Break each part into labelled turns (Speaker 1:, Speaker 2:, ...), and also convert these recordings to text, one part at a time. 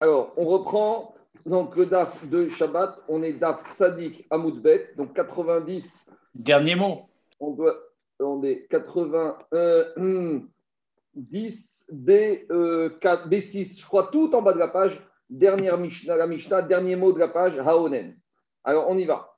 Speaker 1: Alors, on reprend donc le DAF de Shabbat. On est DAF Tzadik Amoudbet, donc 90.
Speaker 2: Dernier mot.
Speaker 1: On est 10 B4, B6, je crois, tout en bas de la page. Dernière Mishnah, la Mishnah, dernier mot de la page, Haonen. Alors, on y va.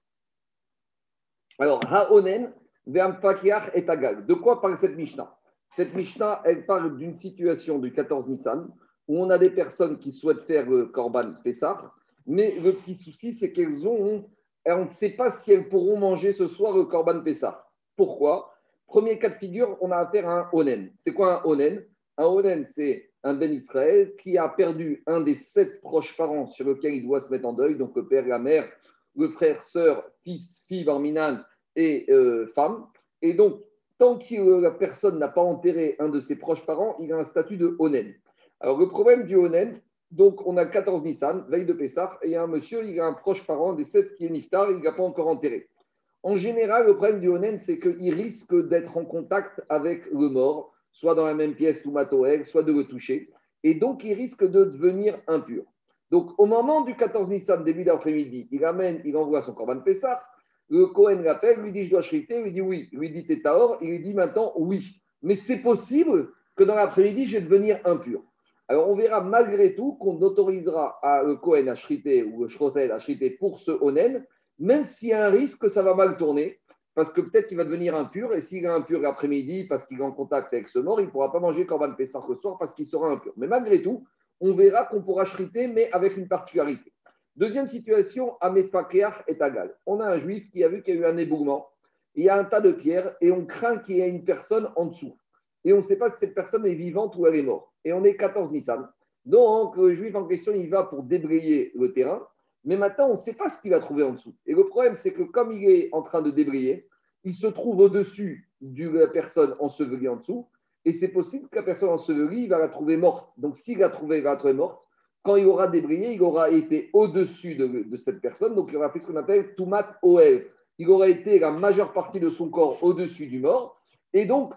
Speaker 1: Alors, Haonen, Ve'amfakiach et Tagal. De quoi parle cette Mishnah? Cette Mishnah, elle parle d'une situation du 14 Nissan où on a des personnes qui souhaitent faire le Korban Pessah, mais le petit souci, c'est on ne sait pas si elles pourront manger ce soir le Korban Pessah. Pourquoi? Premier cas de figure, on a affaire à un Onen. C'est quoi un Onen? Un Onen, c'est un Ben Israël qui a perdu un des 7 proches parents sur lequel il doit se mettre en deuil, donc le père, la mère, le frère, sœur, fils, fille, barminan et femme. Et donc, tant que la personne n'a pas enterré un de ses proches parents, il a un statut de Onen. Alors, le problème du Onen, donc on a 14 Nissan, veille de Pessah, et il y a un monsieur, il a un proche parent des 7 qui est Niftar, il ne l'a pas encore enterré. En général, le problème du Onen, c'est qu'il risque d'être en contact avec le mort, soit dans la même pièce ou Matoel, soit de le toucher, et donc il risque de devenir impur. Donc, au moment du 14 Nissan, début d'après-midi, il envoie son Korban Pessah. Le Kohen l'appelle, lui dit je dois shriter, lui dit oui, lui dit t'es tahor, il lui dit maintenant oui. Mais c'est possible que dans l'après-midi, je vais devenir impur. Alors on verra malgré tout qu'on autorisera le Kohen à shriter ou le shrotel à shriter pour ce onen, même s'il y a un risque que ça va mal tourner, parce que peut-être qu'il va devenir impur, et s'il est impur l'après-midi parce qu'il est en contact avec ce mort, il ne pourra pas manger Korban Pessah le soir parce qu'il sera impur. Mais malgré tout, on verra qu'on pourra shriter, mais avec une particularité. Deuxième situation, Amefakeach et Tagal. On a un juif qui a vu qu'il y a eu un éboulement, il y a un tas de pierres et on craint qu'il y ait une personne en dessous. Et on ne sait pas si cette personne est vivante ou elle est morte. Et on est 14 Nissan. Donc, le juif en question, il va pour débrayer le terrain, mais maintenant, on ne sait pas ce qu'il va trouver en dessous. Et le problème, c'est que comme il est en train de débrayer, il se trouve au-dessus de la personne ensevelie en dessous, et c'est possible que la personne ensevelie, il va la trouver morte. Donc, s'il la trouve, il va la trouver morte. Quand il aura débrayé, il aura été au-dessus de cette personne, donc il aura fait ce qu'on appelle Tumat Oel. Il aura été la majeure partie de son corps au-dessus du mort, et donc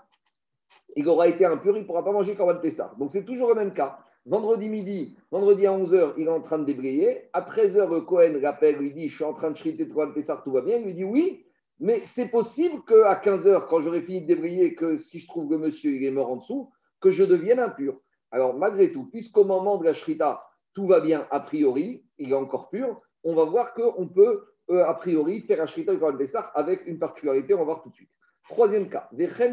Speaker 1: il aura été impur, il ne pourra pas manger Korban Pessah. Donc c'est toujours le même cas. Vendredi midi, vendredi à 11h, il est en train de débrayer. À 13h, le Cohen l'appelle, lui dit je suis en train de shriter de Korban Pessah, tout va bien. Il lui dit oui, mais c'est possible qu'à 15h, quand j'aurai fini de débrayer, que si je trouve que monsieur il est mort en dessous, que je devienne impur. Alors malgré tout, puisqu'au moment de la shrita, tout va bien a priori, il est encore pur, on va voir qu'on peut a priori faire la shrita de Korban Pessah avec une particularité, on va voir tout de suite. Troisième cas,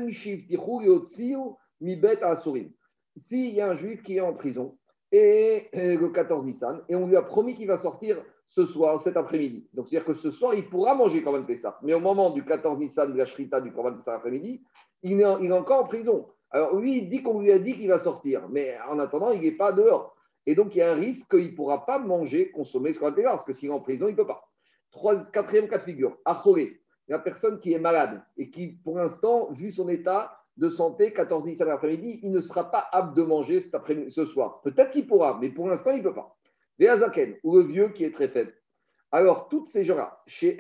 Speaker 1: s'il y a un juif qui est en prison et le 14 Nissan, et on lui a promis qu'il va sortir ce soir, cet après-midi. Donc, c'est-à-dire que ce soir, il pourra manger Korban Pessah. Mais au moment du 14 Nissan, de la Shrita du Korban Pessah après-midi, il est encore en prison. Alors, lui, il dit qu'on lui a dit qu'il va sortir. Mais en attendant, il n'est pas dehors. Et donc, il y a un risque qu'il ne pourra pas manger, consommer ce Korban Pessah, parce que s'il est en prison, il ne peut pas. Quatrième cas de figure, Achoré, la personne qui est malade et qui, pour l'instant, vu son état de santé, 14 Nissan l'après-midi, il ne sera pas apte de manger ce soir. Peut-être qu'il pourra, mais pour l'instant, il ne peut pas. Veazaken, ou le vieux qui est très faible. Alors, toutes ces gens-là,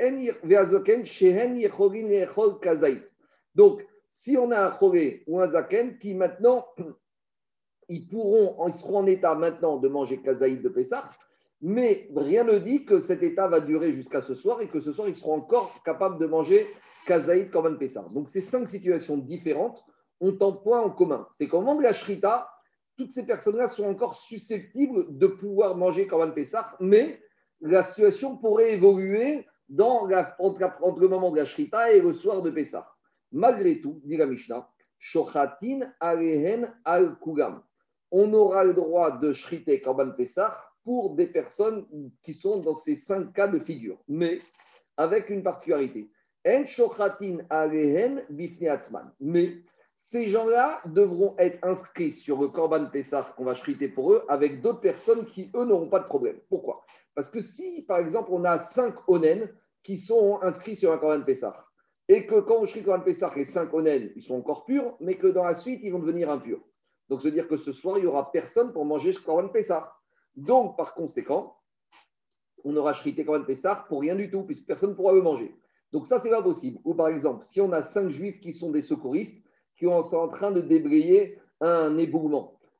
Speaker 1: donc, si on a un choré ou un zaken qui maintenant, ils seront en état maintenant de manger kazaïd de Pessah, mais rien ne dit que cet état va durer jusqu'à ce soir et que ce soir, ils seront encore capables de manger kazaïd Korban Pessah. Donc, ces 5 situations différentes ont un point en commun. C'est qu'au moment de la shrita, toutes ces personnes-là sont encore susceptibles de pouvoir manger Korban Pessah, mais la situation pourrait évoluer entre le moment de la shrita et le soir de Pessah. Malgré tout, dit la Mishnah, shochatin alehen al kugam. On aura le droit de shriter Korban Pessah pour des personnes qui sont dans ces 5 cas de figure, mais avec une particularité. En shochatin alehen bifnei atzman. Mais ces gens-là devront être inscrits sur le Korban Pessah qu'on va shriter pour eux avec d'autres personnes qui, eux, n'auront pas de problème. Pourquoi? Parce que si, par exemple, on a 5 onen qui sont inscrits sur un Korban Pessah, et que quand on shrite Korban Pessah, les 5 onen, ils sont encore purs, mais que dans la suite, ils vont devenir impurs. Donc, ça veut dire que ce soir, il n'y aura personne pour manger ce Korban Pessah. Donc, par conséquent, on aura shrité Korban Pessah pour rien du tout, puisque personne ne pourra le manger. Donc, ça, c'est pas possible. Ou par exemple, si on a 5 juifs qui sont des secouristes, qui sont en train de débrayer un éboulement.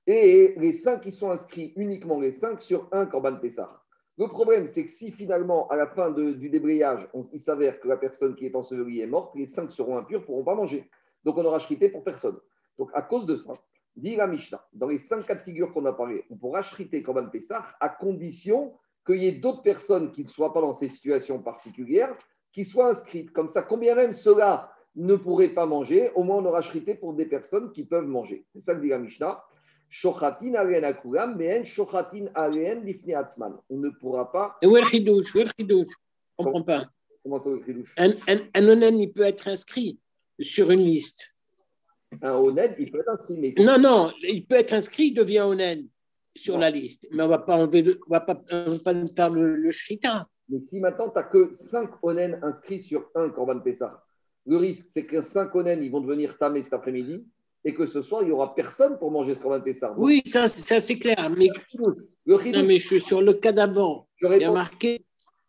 Speaker 1: et les 5 qui sont inscrits, uniquement les 5 sur un Corban Pessah. Le problème, c'est que si finalement, à la fin du débrayage, il s'avère que la personne qui est ensevelie est morte, les 5 seront impurs, ne pourront pas manger. Donc, on aura shrité pour personne. Donc, à cause de ça, dit la Mishnah, dans les 5 cas de figure qu'on a parlé, on pourra shriter Corban Pessah à condition qu'il y ait d'autres personnes qui ne soient pas dans ces situations particulières, qui soient inscrites. Comme ça, combien même ceux-là ne pourraient pas manger, au moins on aura shrité pour des personnes qui peuvent manger. C'est ça que dit la Mishnah. Shochatin alen akulam, mais en shochatin alen lifnei atzman. On ne pourra pas.
Speaker 2: Et où est le chidouche? Où est le chidouche? Je ne comprends pas.
Speaker 1: Comment ça, le chidouche?
Speaker 2: Un onen, il peut être inscrit sur une liste.
Speaker 1: Un onen, il peut être inscrit. Mais
Speaker 2: non, il peut être inscrit, il devient onen sur la liste. Mais on ne va pas enlever, on va pas faire le shrita.
Speaker 1: Mais si maintenant, tu n'as que 5 onen inscrits sur un Corban Pessah, le risque, c'est que 5 onen, ils vont devenir tamés cet après-midi et que ce soir, il n'y aura personne pour manger ce Corban Pessah. Donc,
Speaker 2: oui, ça c'est clair. Mais, non, mais je suis sur le cas d'avant. Il y a marqué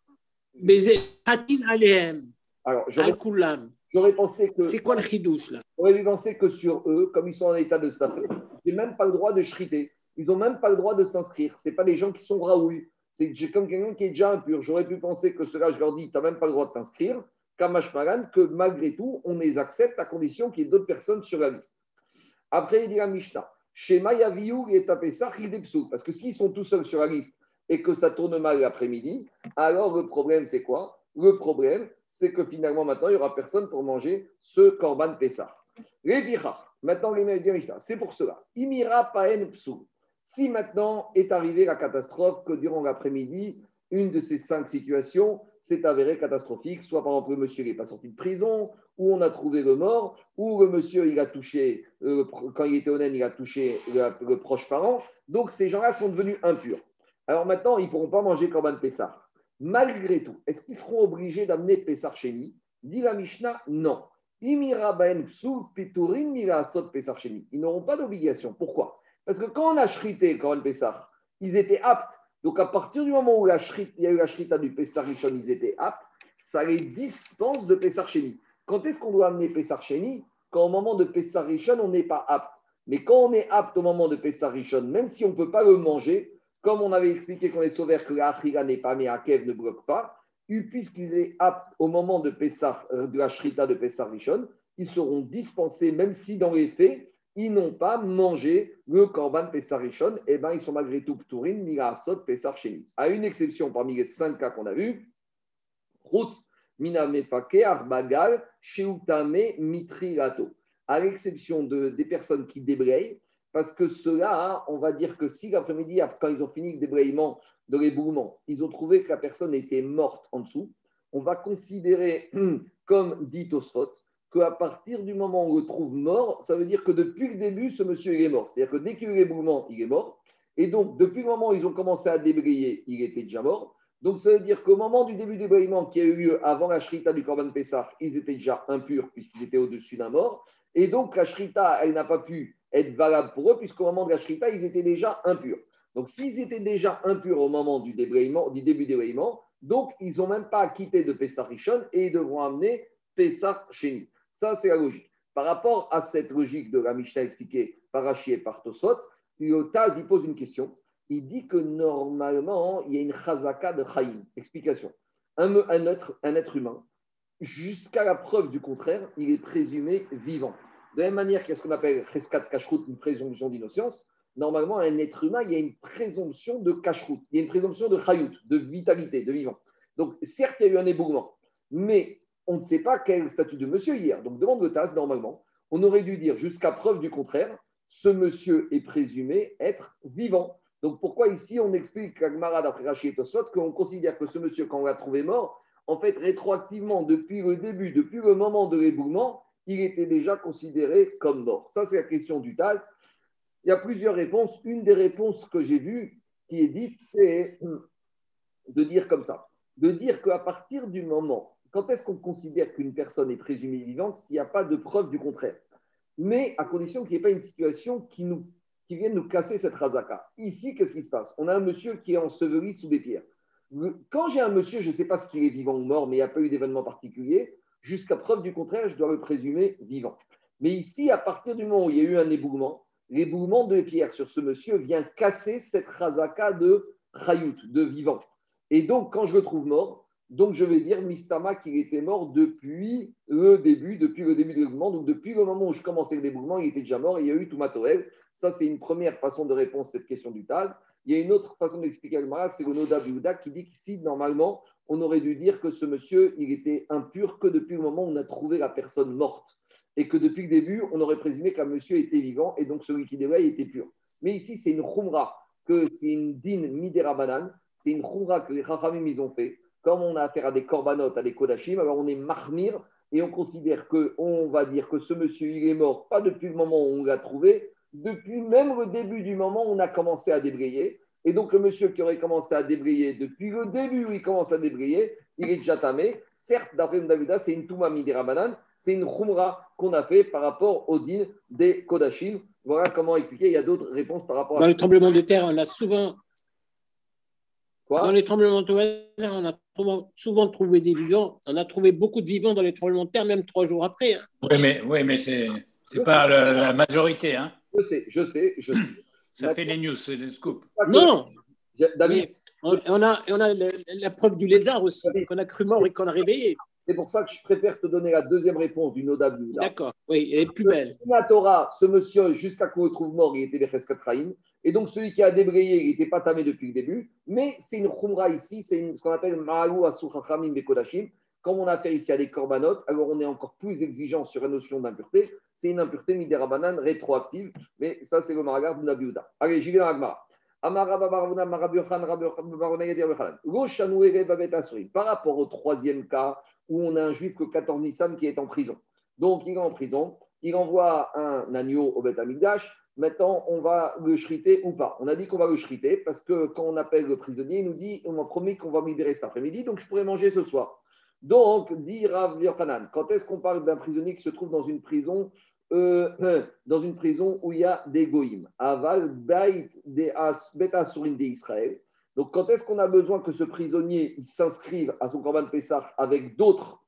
Speaker 2: Baiser Hatin Alehem.
Speaker 1: Alors,
Speaker 2: j'aurais pensé que. C'est quoi le chidouche là?
Speaker 1: J'aurais pensé que sur eux, comme ils sont en état de sapé, ils n'ont même pas le droit de shriter. Ils n'ont même pas le droit de s'inscrire. Ce n'est pas les gens qui sont raouilles. C'est comme quelqu'un qui est déjà impur. J'aurais pu penser que cela, je leur dis, tu n'as même pas le droit de t'inscrire. Kamash Malan, que malgré tout, on les accepte à condition qu'il y ait d'autres personnes sur la liste. Après, il dit la Mishnah, Shema Yaviou et Tapessah, parce que s'ils sont tout seuls sur la liste et que ça tourne mal l'après-midi, alors le problème, c'est quoi? Le problème, c'est que finalement, maintenant, il n'y aura personne pour manger ce Korban Pessah. Les Vichar, maintenant, les Mishnah, c'est pour cela. Imira Paen Psou. Si maintenant est arrivée la catastrophe que durant l'après-midi, une de ces 5 situations s'est avérée catastrophique, soit par exemple le monsieur n'est pas sorti de prison, ou on a trouvé le mort, ou le monsieur il a touché, quand il était honnête, il a touché le proche parent. Donc ces gens-là sont devenus impurs. Alors maintenant, ils ne pourront pas manger Korban Pessah. Malgré tout, est-ce qu'ils seront obligés d'amener Pessah Sheni? Dit la Mishnah, non. Imira baen psul piturin mira asot Pessah Sheni. Ils n'auront pas d'obligation. Pourquoi? Parce que quand on a shrité Korban Pessah, ils étaient aptes. Donc, à partir du moment où il y a eu la shrita du Pessah Rishon, ils étaient aptes, ça les dispense de Pessah Sheni. Quand est-ce qu'on doit amener Pessah Sheni? Quand au moment de Pessah Rishon, on n'est pas apte. Mais quand on est apte au moment de Pessah Rishon, même si on ne peut pas le manger, comme on avait expliqué qu'on est sauvé que la Achila n'est pas, mais Akev ne bloque pas, puisqu'il est apte au moment de Pessah, de la shrita de Pessah Rishon, ils seront dispensés, même si dans les faits, ils n'ont pas mangé le Korban Pessah Rishon, et bien ils sont malgré tout Pturin, Mila Asot, Pessah Sheni. À une exception parmi les 5 cas qu'on a vus, Routz, Minamefake, Arbagal, Sheutame, Mitrilato. À l'exception des personnes qui débrayent, parce que ceux-là, on va dire que si l'après-midi, quand ils ont fini le débrayement de l'éboulement, ils ont trouvé que la personne était morte en dessous, on va considérer, comme dit Tosfot, qu'à partir du moment où on le trouve mort, ça veut dire que depuis le début, ce monsieur, il est mort. C'est-à-dire que dès qu'il y a eu l'éboulement, il est mort. Et donc, depuis le moment où ils ont commencé à débrayer, il était déjà mort. Donc, ça veut dire qu'au moment du début du débrayement qui a eu lieu avant la shrita du Korban Pessah, ils étaient déjà impurs puisqu'ils étaient au-dessus d'un mort. Et donc, la shrita, elle n'a pas pu être valable pour eux puisqu'au moment de la shrita, ils étaient déjà impurs. Donc, s'ils étaient déjà impurs au moment du débrayement, du début du débrayement, donc, ils n'ont même pas acquitté de Pessah Rishon et ils devront amener Pessah Sheni. Ça, c'est la logique. Par rapport à cette logique de la Mishnah expliquée par Rashi et par Tosot, le Taz, il pose une question. Il dit que normalement, il y a une chazaka de Chaim. Explication. Un être humain, jusqu'à la preuve du contraire, il est présumé vivant. De la même manière qu'il y a ce qu'on appelle cheskat kashrut, une présomption d'innocence, normalement, un être humain, il y a une présomption de kashrut, il y a une présomption de chayut, de vitalité, de vivant. Donc, certes, il y a eu un éboulement, mais on ne sait pas quel est le statut de monsieur hier. Donc, demande le TAS, normalement, on aurait dû dire jusqu'à preuve du contraire, ce monsieur est présumé être vivant. Donc, pourquoi ici on explique à Gemara d'après Rashi et Tosot qu'on considère que ce monsieur, quand on l'a trouvé mort, en fait, rétroactivement, depuis le début, depuis le moment de l'éboulement, il était déjà considéré comme mort. Ça, c'est la question du TAS. Il y a plusieurs réponses. Une des réponses que j'ai vues qui est dite, c'est de dire comme ça. De dire qu'à partir du moment, quand est-ce qu'on considère qu'une personne est présumée vivante s'il n'y a pas de preuve du contraire? Mais à condition qu'il n'y ait pas une situation qui vienne nous casser cette razaka. Ici, qu'est-ce qui se passe? On a un monsieur qui est enseveli sous des pierres. Quand j'ai un monsieur, je ne sais pas s'il est vivant ou mort, mais il n'y a pas eu d'événement particulier, jusqu'à preuve du contraire, je dois le présumer vivant. Mais ici, à partir du moment où il y a eu un éboulement, l'éboulement de pierre sur ce monsieur vient casser cette chazaka de chayout, de vivant. Et donc, quand je le trouve mort, donc je vais dire Mistama qu'il était mort depuis le début de l'éboulement. Donc, depuis le moment où je commençais le déboulement, il était déjà mort et il y a eu tout Tourelle. Ça, c'est une première façon de répondre à cette question du Tag. Il y a une autre façon d'expliquer Agmara, c'est le Noda Biouda qui dit qu'ici, normalement, on aurait dû dire que ce monsieur, il était impur que depuis le moment où on a trouvé la personne morte. Et que depuis le début, on aurait présumé qu'un monsieur était vivant et donc celui qui déveille était pur. Mais ici, c'est une khumra, que c'est une din midera banane, c'est une khumra que les chachamim ils ont fait. Comme on a affaire à des korbanot, à des kodashim, alors on est mahmir et on considère qu'on va dire que ce monsieur, il est mort, pas depuis le moment où on l'a trouvé, depuis même le début du moment où on a commencé à débrayer. Et donc, le monsieur qui aurait commencé à débrayer depuis le début où il commence à débrayer, il est déjà tamé. Certes, d'après Davida, c'est une touma midera banane, c'est une khumra qu'on a fait par rapport au din des kodashim. Voilà comment expliquer. Il y a d'autres réponses par rapport à ça.
Speaker 2: Dans les tremblements de terre, on a souvent.
Speaker 1: Quoi ?
Speaker 2: Dans les tremblements de terre, on a souvent trouvé des vivants. On a trouvé beaucoup de vivants dans les tremblements de terre, même 3 jours après. Hein.
Speaker 3: Oui, mais c'est pas la majorité. Hein.
Speaker 1: Je sais.
Speaker 3: Ça fait les news, c'est des scoops.
Speaker 2: Non,
Speaker 1: David,
Speaker 2: on a la preuve du lézard aussi, qu'on a cru mort et qu'on a réveillé.
Speaker 1: C'est pour ça que je préfère te donner la deuxième réponse du Noda Biouda.
Speaker 2: D'accord, oui, elle est plus belle.
Speaker 1: La Torah, ce monsieur, jusqu'à qu'on le trouve mort, il était Becheskat Chaim. Et donc, celui qui a débrayé, il n'était pas tamé depuis le début. Mais c'est une khumra ici, c'est ce qu'on appelle Ma'alou Asur Chachamim Bekodashim. Comme on a fait ici à des korbanot, alors on est encore plus exigeant sur la notion d'impureté. C'est une impureté midera-banan rétroactive. Mais ça, c'est le maragar de Nabiouda. Allez, j'y vais dans l'Agmara. Par rapport au troisième cas, où on a un juif que 14 Nissan qui est en prison. Donc, il est en prison, il envoie un agneau au Beth Amikdash. Maintenant, on va le shriter ou pas. On a dit qu'on va le shriter parce que quand on appelle le prisonnier, il nous dit on m'a promis qu'on va me libérer cet après-midi, donc je pourrais manger ce soir. Donc, dit Rav Yochanan, quand est-ce qu'on parle d'un prisonnier qui se trouve dans une prison où il y a des goïms Aval Beit Asurin de Israël. Donc, quand est-ce qu'on a besoin que ce prisonnier il s'inscrive à son Korban Pessah avec d'autres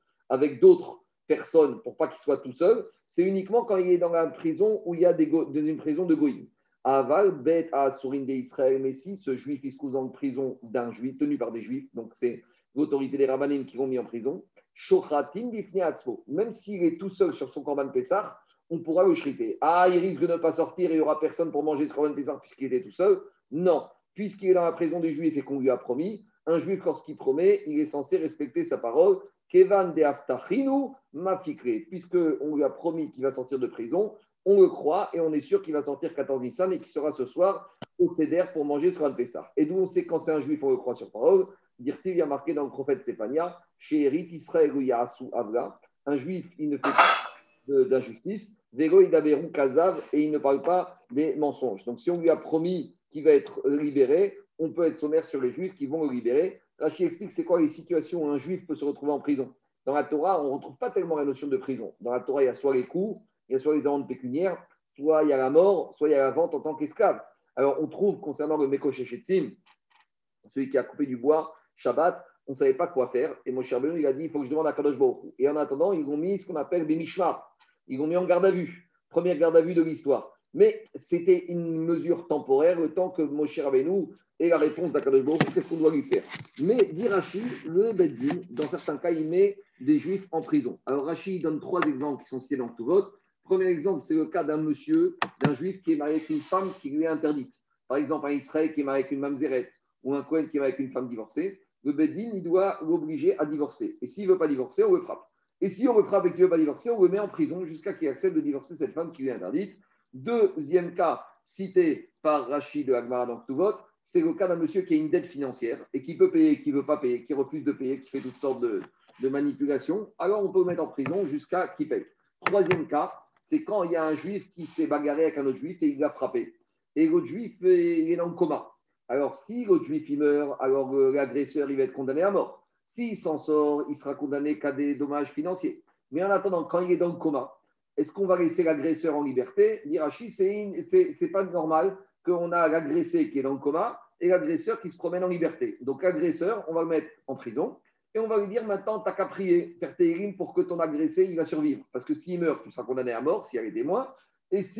Speaker 1: personnes pour pas qu'il soit tout seul? C'est uniquement quand il est dans la prison où il y a dans une prison de goïm. Aval Bet Asurin de Israël. Mais si ce juif il se trouve dans une prison d'un juif tenu par des juifs, donc c'est l'autorité des rabbanim qui l'ont mis en prison. Shochatin bifnei atzmo. Même s'il est tout seul sur son Korban Pessah, on pourra le shriter. Ah, il risque de ne pas sortir et il n'y aura personne pour manger ce Korban Pessah puisqu'il était tout seul. Non. Puisqu'il est dans la prison des Juifs et qu'on lui a promis, un Juif, lorsqu'il promet, il est censé respecter sa parole. Kevan de Aftachinu mafikre. Puisqu'on lui a promis qu'il va sortir de prison, on le croit et on est sûr qu'il va sortir 14 Nissan et qu'il sera ce soir au Seder pour manger sur un Pessah. Et d'où on sait quand c'est un Juif, on le croit sur parole. Dirtiv y a marqué dans le prophète Sépania, chez Erit Israël ou Yahasu Avla, un Juif, il ne fait pas d'injustice, Vego Idaberu Kazav, et il ne parle pas des mensonges. Donc si on lui a promis qui va être libéré, on peut être sommaire sur les Juifs qui vont le libérer. Rachid explique c'est quoi les situations où un Juif peut se retrouver en prison. Dans la Torah, on ne retrouve pas tellement la notion de prison. Dans la Torah, il y a soit les coups, il y a soit les amendes pécuniaires, soit il y a la mort, soit il y a la vente en tant qu'esclave. Alors, on trouve concernant le Meko Shechetsim, celui qui a coupé du bois, Shabbat, on ne savait pas quoi faire. Et Moshe Rabbeinu, il a dit il faut que je demande à Kadosh Baruch Hu. Et en attendant, ils ont mis ce qu'on appelle des mishmar. Ils l'ont mis en garde à vue. Première garde à vue de l'histoire. Mais c'était une mesure temporaire, le temps que Moshe Rabbeinu ait la réponse d'Akadosh Baruch Hu, qu'est-ce qu'on doit lui faire. Mais, dit Rashi, le Beddin, dans certains cas, il met des Juifs en prison. Alors Rashi donne 3 exemples qui sont cités dans tout vote. Premier exemple, c'est le cas d'un monsieur, d'un Juif qui est marié avec une femme qui lui est interdite. Par exemple, un Israël qui est marié avec une mamzeret ou un Kohen qui est marié avec une femme divorcée. Le Beddin, il doit l'obliger à divorcer. Et s'il ne veut pas divorcer, on le frappe. Et si on le frappe et qu'il ne veut pas divorcer, on le met en prison jusqu'à qu'il accepte de divorcer cette femme qui lui est interdite. Deuxième cas cité par Rachid de Agmara dans Ktuvot, c'est le cas d'un monsieur qui a une dette financière et qui peut payer, qui ne veut pas payer, qui refuse de payer, qui fait toutes sortes de manipulations. Alors on peut le mettre en prison jusqu'à qu'il paye. Troisième cas, c'est quand il y a un juif qui s'est bagarré avec un autre juif et il l'a frappé. Et l'autre juif il est dans le coma. Alors si l'autre juif il meurt, alors l'agresseur il va être condamné à mort. S'il s'en sort, il sera condamné qu'à des dommages financiers. Mais en attendant, quand il est dans le coma, est-ce qu'on va laisser l'agresseur en liberté? Dirachi, c'est pas normal qu'on a l'agressé qui est dans le coma et l'agresseur qui se promène en liberté. Donc l'agresseur, on va le mettre en prison et on va lui dire maintenant, t'as qu'à prier, faire tes hérimes pour que ton agressé, il va survivre. Parce que s'il meurt, tu seras condamné à mort, s'il y a des témoins. Et si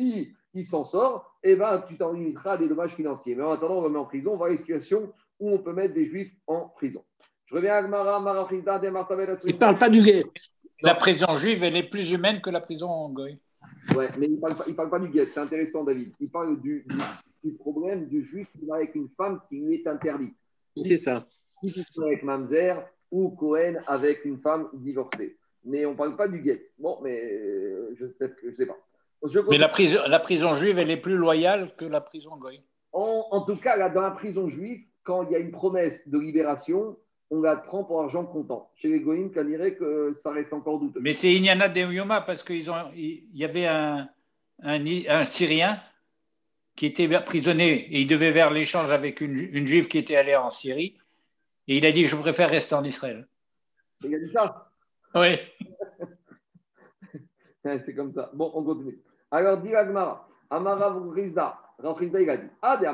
Speaker 1: il s'en sort, et ben tu t'en limiteras à des dommages financiers. Mais en attendant, on le met en prison, on va à une situation où on peut mettre des juifs en prison. Je reviens à Gmara, Marafrida, Demartavel.
Speaker 2: Il ne parle pas du guet.
Speaker 3: La prison juive, elle est plus humaine que la prison goy.
Speaker 1: Ouais, mais il ne parle pas du guet, c'est intéressant, David. Il parle du problème du juif qui va avec une femme qui lui est interdite.
Speaker 2: C'est ça.
Speaker 1: Qui peut avec Mamzer ou Cohen avec une femme divorcée. Mais on ne parle pas du guet. Bon, mais je ne sais pas.
Speaker 3: Mais la prison juive, elle est plus loyale que la prison goy.
Speaker 1: En tout cas, là, dans la prison juive, quand il y a une promesse de libération, on la prend pour argent comptant. Chez les goïms, on dirait que ça reste encore douteux.
Speaker 3: Mais c'est Inyana de Yoma parce qu'il y avait un Syrien qui était prisonnier et il devait faire l'échange avec une juive qui était allée en Syrie. Et il a dit, je préfère rester en Israël.
Speaker 1: Il a dit ça?
Speaker 3: Oui.
Speaker 1: C'est comme ça. Bon, on continue. Alors, dit Agmara, Amara Rizda, il a dit,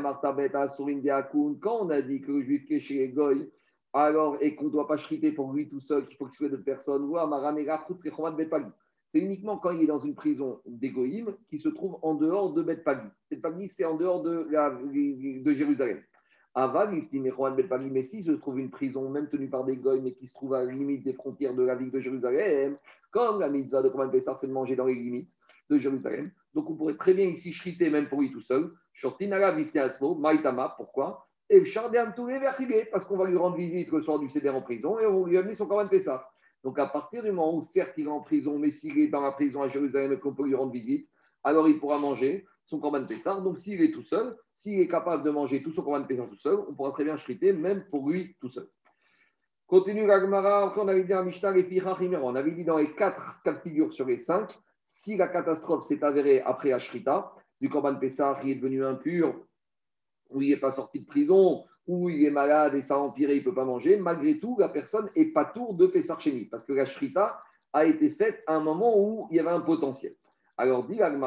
Speaker 1: quand on a dit que le juif qui est chez les goy, alors, et qu'on ne doit pas chriter pour lui tout seul, qu'il faut qu'il soit d'autres personnes, c'est uniquement quand il est dans une prison d'égoïm qui se trouve en dehors de Bet Pagi. Bet Pagi, c'est en dehors de Jérusalem. Aval, mais si se trouve une prison, même tenue par des goïms, mais qui se trouve à la limite des frontières de la ville de Jérusalem, comme la mitzvah de Korban Pessah, c'est de manger dans les limites de Jérusalem. Donc, on pourrait très bien ici chriter même pour lui tout seul. Shortinara Vifneasmo, Maïtama, pourquoi? Et Chardéam Touré Vertibé, parce qu'on va lui rendre visite le soir du Seder en prison et on va lui amener son Korban Pessah. Donc, à partir du moment où, certes, il est en prison, mais s'il est dans la prison à Jérusalem et qu'on peut lui rendre visite, alors il pourra manger son Korban Pessah. Donc, s'il est tout seul, s'il est capable de manger tout son Korban Pessah tout seul, on pourra très bien chriter même pour lui tout seul. Continue la Gemara. Après, on avait dit à Mishnah et Pichachimero. On avait dit dans les 4 cas de figure sur les 5, si la catastrophe s'est avérée après la Shrita, du Korban Pessah, il est devenu impur, ou il n'est pas sorti de prison, ou il est malade et ça a empiré, il ne peut pas manger, malgré tout, la personne est pas tour de Pessah Sheni, parce que la Shrita a été faite à un moment où il y avait un potentiel. Alors, dit par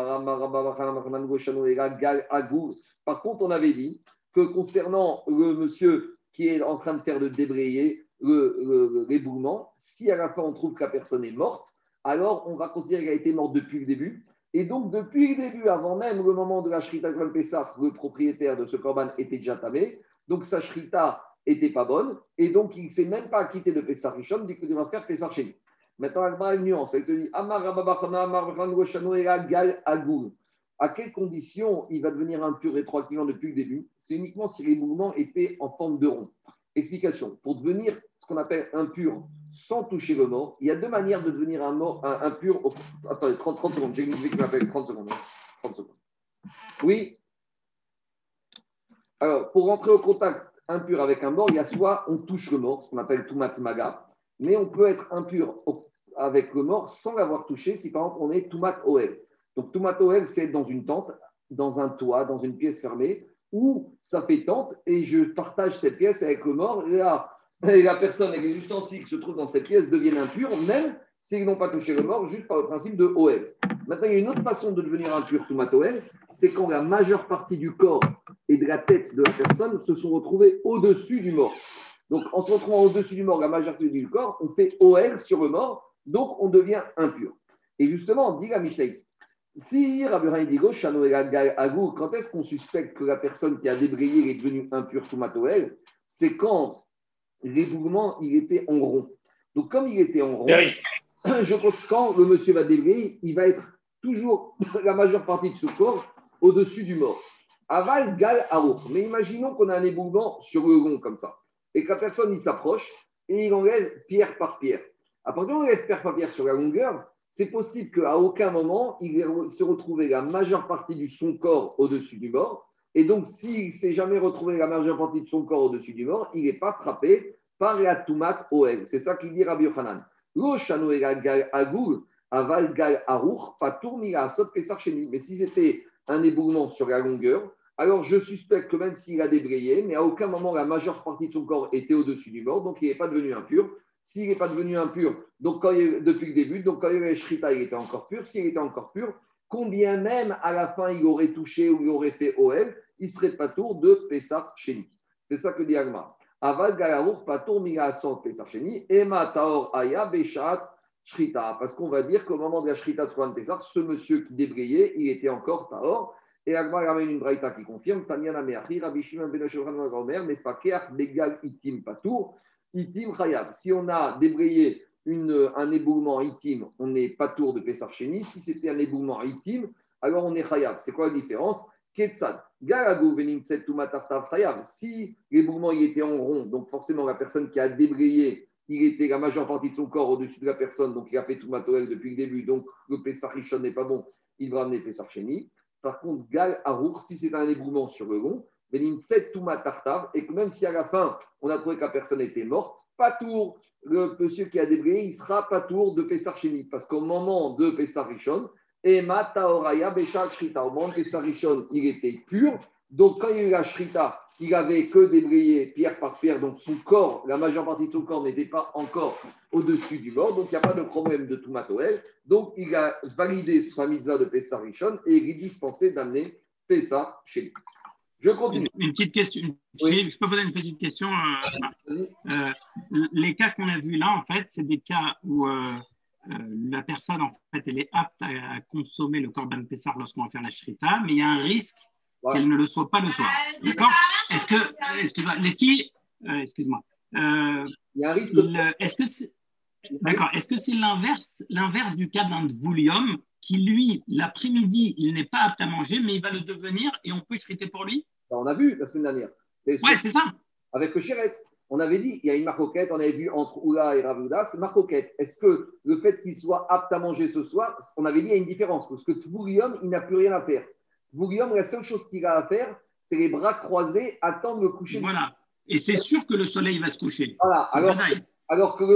Speaker 1: contre, on avait dit que concernant le monsieur qui est en train de faire de débrayer l'éboulement, si à la fin on trouve que la personne est morte, alors on va considérer qu'elle a été morte depuis le début. Et donc, depuis le début, avant même le moment de la Shrita Korban Pessah, le propriétaire de ce Korban était déjà tamé. Donc, sa Shrita n'était pas bonne. Et donc, il ne s'est même pas acquitté de Pessah Rishon, dit qu'il va faire Pessah Sheni. Maintenant, il y a une nuance. Elle te dit à quelles conditions il va devenir impur rétroactivement depuis le début? C'est uniquement si les mouvements étaient en forme de rond. Explication. Pour devenir ce qu'on appelle impur sans toucher le mort, il y a 2 manières de devenir impur. Attendez, 30 secondes. J'ai une musique qui m'appelle 30 secondes. 30 secondes. Oui. Alors, pour rentrer au contact impur avec un mort, il y a soit on touche le mort, ce qu'on appelle Tumat Maga, mais on peut être impur avec le mort sans l'avoir touché si par exemple on est Tumat Oel. Donc, Tumat Oel, c'est dans une tente, dans un toit, dans une pièce fermée, où ça fait tente et je partage cette pièce avec le mort. Et la personne et les ustensiles qui se trouvent dans cette pièce deviennent impurs, même s'ils n'ont pas touché le mort, juste par le principe de OL. Maintenant, il y a une autre façon de devenir impur, Tumat OL, c'est quand la majeure partie du corps et de la tête de la personne se sont retrouvés au-dessus du mort. Donc, en se retrouvant au-dessus du mort, la majeure partie du corps, on fait OL sur le mort, donc on devient impur. Et justement, on dit la Mishnah, si Rabbi Hanan dit gauche, quand est-ce qu'on suspecte que la personne qui a débrayé est devenue impure Tumat OL? C'est quand l'éboulement, il était en rond. Donc, comme il était en rond, je pense que quand le monsieur va débrayer, il va être toujours la majeure partie de ce corps au-dessus du mort. Aval, gal, aour. Mais imaginons qu'on a un éboulement sur le rond comme ça, et que la personne, il s'approche et il enlève pierre par pierre. À partir du moment où il enlève pierre par pierre sur la longueur, c'est possible qu'à aucun moment, il s'est retrouvé la majeure partie de son corps au-dessus du mort. Et donc, s'il ne s'est jamais retrouvé la majeure partie de son corps au-dessus du mort, il n'est pas frappé par la Tumat Oel. C'est ça qu'il dit Rabbi Yochanan. Lo shano gal agoul, aval gal arour, patour mila asot pesar sheni. Mais si c'était un éboulement sur la longueur, alors je suspecte que même s'il a débrayé, mais à aucun moment la majeure partie de son corps était au-dessus du mort, donc il n'est pas devenu impur. S'il n'est pas devenu impur, donc depuis le début, donc quand il y avait Shrita, il était encore pur. S'il était encore pur, combien même à la fin il aurait touché ou il aurait fait OL, il serait pas tour de Pessah Sheni. C'est ça que dit Agma. Aval Galaour Patour Migasson Pessah Sheni, Ema Taor Aya Beshat Shrita. Parce qu'on va dire qu'au moment de la Shrita de Swan Pessah, ce monsieur qui débrayait, il était encore Taor. Et Agma ramène une braïta qui confirme Tanyana Meachi, Rabbi Shimon ben Yochai ben Omer, Mefakeach Begal Itim Patour, Itim Chayav. Si on a débrayé un éboulement Itim, on n'est pas tour de Pessar Sheni. Si c'était un éboulement Itim, alors on est Chayav. C'est quoi la différence? Ketsad. Galago Veninset Tumatartav Chayav. Si l'éboulement il était en rond, donc forcément la personne qui a débrayé, il était la majeure partie de son corps au-dessus de la personne, donc il a fait Tumatoel depuis le début, donc le Pessar Rishon n'est pas bon, il va amener Pessar Sheni. Par contre, Gal Harour, si c'est un éboulement sur le long, Veninset Tumatartav, et que même si à la fin on a trouvé que la personne était morte, pas tour. Le monsieur qui a débrayé, il sera pas tour de Pessar Sheni, parce qu'au moment de Pessar Rishon, Ema Taoraya Beshal Shrita, au moment de Pessar Rishon, il était pur. Donc, quand il y a eu la Shrita, il avait que débrayé pierre par pierre. Donc, son corps, la majeure partie de son corps n'était pas encore au-dessus du mort. Donc, il n'y a pas de problème de Toumatoel. Donc, il a validé sa mitzvah de Pessar Rishon et il est dispensé d'amener Pessar Sheni. Je continue.
Speaker 4: Une petite question. Oui. Je peux poser une petite question, Marc. Les cas qu'on a vus là, en fait, c'est des cas où la personne, en fait, elle est apte à consommer le Korban Pessar lorsqu'on va faire la Shrita, mais il y a un risque qu'elle ne le soit pas le soir. D'accord? Est-ce que les filles, excuse-moi. Il
Speaker 1: y a un risque.
Speaker 4: D'accord. Est-ce que c'est l'inverse du cas d'un Dvoulium qui, lui, l'après-midi, il n'est pas apte à manger, mais il va le devenir et on peut shriter pour lui?
Speaker 1: On a vu la semaine dernière.
Speaker 4: Oui, c'est ça.
Speaker 1: Avec le Chéret, on avait dit, il y a une marcoquette, on avait vu entre Oula et Ravouda, c'est marcoquette. Est-ce que le fait qu'il soit apte à manger ce soir, on avait dit, il y a une différence, parce que Tvoulium, il n'a plus rien à faire. Tvoulium, la seule chose qu'il a à faire, c'est les bras croisés, attendre le coucher.
Speaker 4: Voilà. Et c'est sûr que le soleil va se coucher.
Speaker 1: Voilà. Alors que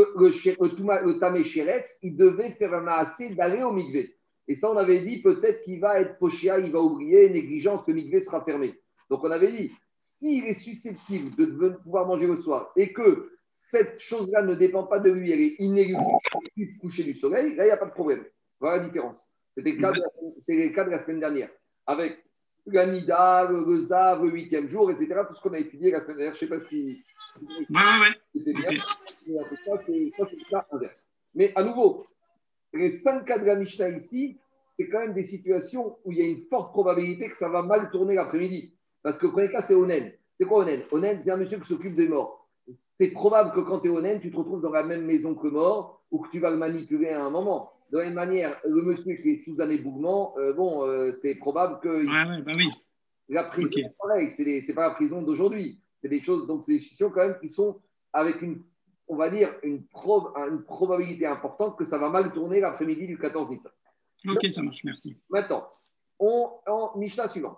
Speaker 1: le Tamé Chéretz, il devait faire un maassé d'aller au Mikvé. Et ça, on avait dit, peut-être qu'il va être pochéa, il va oublier, négligence, que le Mikvé sera fermé. Donc, on avait dit, s'il est susceptible de pouvoir manger le soir et que cette chose-là ne dépend pas de lui, elle est inéluctable du coucher du soleil, là, il n'y a pas de problème. Voilà la différence. C'était le cas de la semaine dernière. Avec la Nida, le Zav, le 8e jour, etc. Tout ce qu'on a étudié la semaine dernière. Je ne sais pas si. C'était bien. Mais en tout cas, c'est le cas inverse. Mais à nouveau, les 5 cas de la Mishnah ici, c'est quand même des situations où il y a une forte probabilité que ça va mal tourner l'après-midi. Parce que le premier cas, c'est Onen. C'est quoi Onen? Onen, c'est un monsieur qui s'occupe des morts. C'est probable que quand tu es Onen, tu te retrouves dans la même maison que le mort ou que tu vas le manipuler à un moment. De la même manière, le monsieur qui est sous un éboulement, c'est probable que.
Speaker 4: Oui.
Speaker 1: La prison, c'est pareil, c'est pas la prison d'aujourd'hui. C'est des choses, donc c'est des situations quand même qui sont avec on va dire, une probabilité importante que ça va mal tourner l'après-midi du 14 Nissan.
Speaker 4: Ok, ça marche, merci.
Speaker 1: Maintenant, en Mishnah suivant.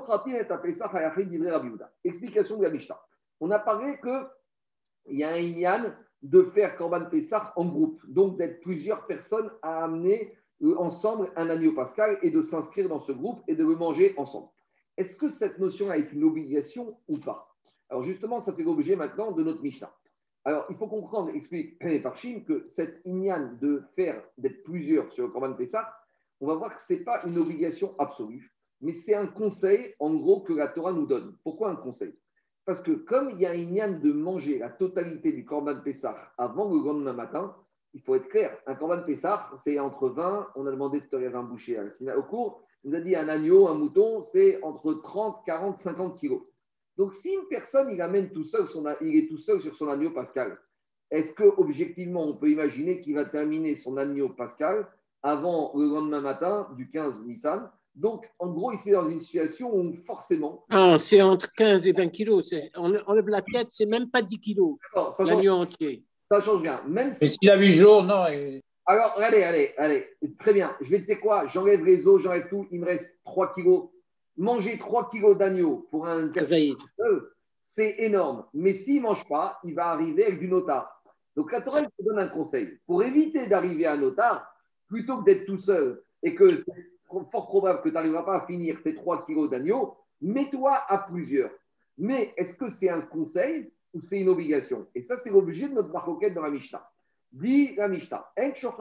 Speaker 1: Explication de la Mishnah. On a parlé qu'il y a un inyan de faire Korban Pessah en groupe, donc d'être plusieurs personnes à amener ensemble un agneau pascal et de s'inscrire dans ce groupe et de le manger ensemble. Est-ce que cette notion est une obligation ou pas? Alors justement, ça fait l'objet maintenant de notre Mishnah. Alors, il faut comprendre, explique Parchim, que cette inyan d'être plusieurs sur le Korban Pessah, on va voir que ce n'est pas une obligation absolue, mais c'est un conseil, en gros, que la Torah nous donne. Pourquoi un conseil? Parce que comme il y a un inyan de manger la totalité du Korban Pessah avant le lendemain matin, il faut être clair, un Korban Pessah, c'est entre 20, on a demandé tout à l'heure un boucher au cours, on nous a dit un agneau, un mouton, c'est entre 30, 40, 50 kilos. Donc, si une personne, il est tout seul sur son agneau pascal, est-ce qu'objectivement, on peut imaginer qu'il va terminer son agneau pascal avant le lendemain matin du 15 Nissan? Donc, en gros, il se met dans une situation où forcément…
Speaker 2: c'est entre 15 et 20 kilos. On enlève la tête, c'est même pas 10 kilos. L'agneau entier.
Speaker 1: Ça change bien. Même si…
Speaker 3: Mais s'il a 8 jours, non.
Speaker 1: Alors, allez. Très bien. Je vais te dire quoi? J'enlève les os, j'enlève tout. Il me reste 3 kilos. Manger 3 kilos d'agneau pour un c'est énorme. Mais s'il ne mange pas, il va arriver avec du notard. Donc, la Torah te donne un conseil. Pour éviter d'arriver à un notard, plutôt que d'être tout seul et que c'est fort probable que tu n'arriveras pas à finir tes 3 kilos d'agneau, mets-toi à plusieurs. Mais est-ce que c'est un conseil ou c'est une obligation? Et ça, c'est l'objet de notre marcoquette dans la Mishnah. Dit la Mishnah,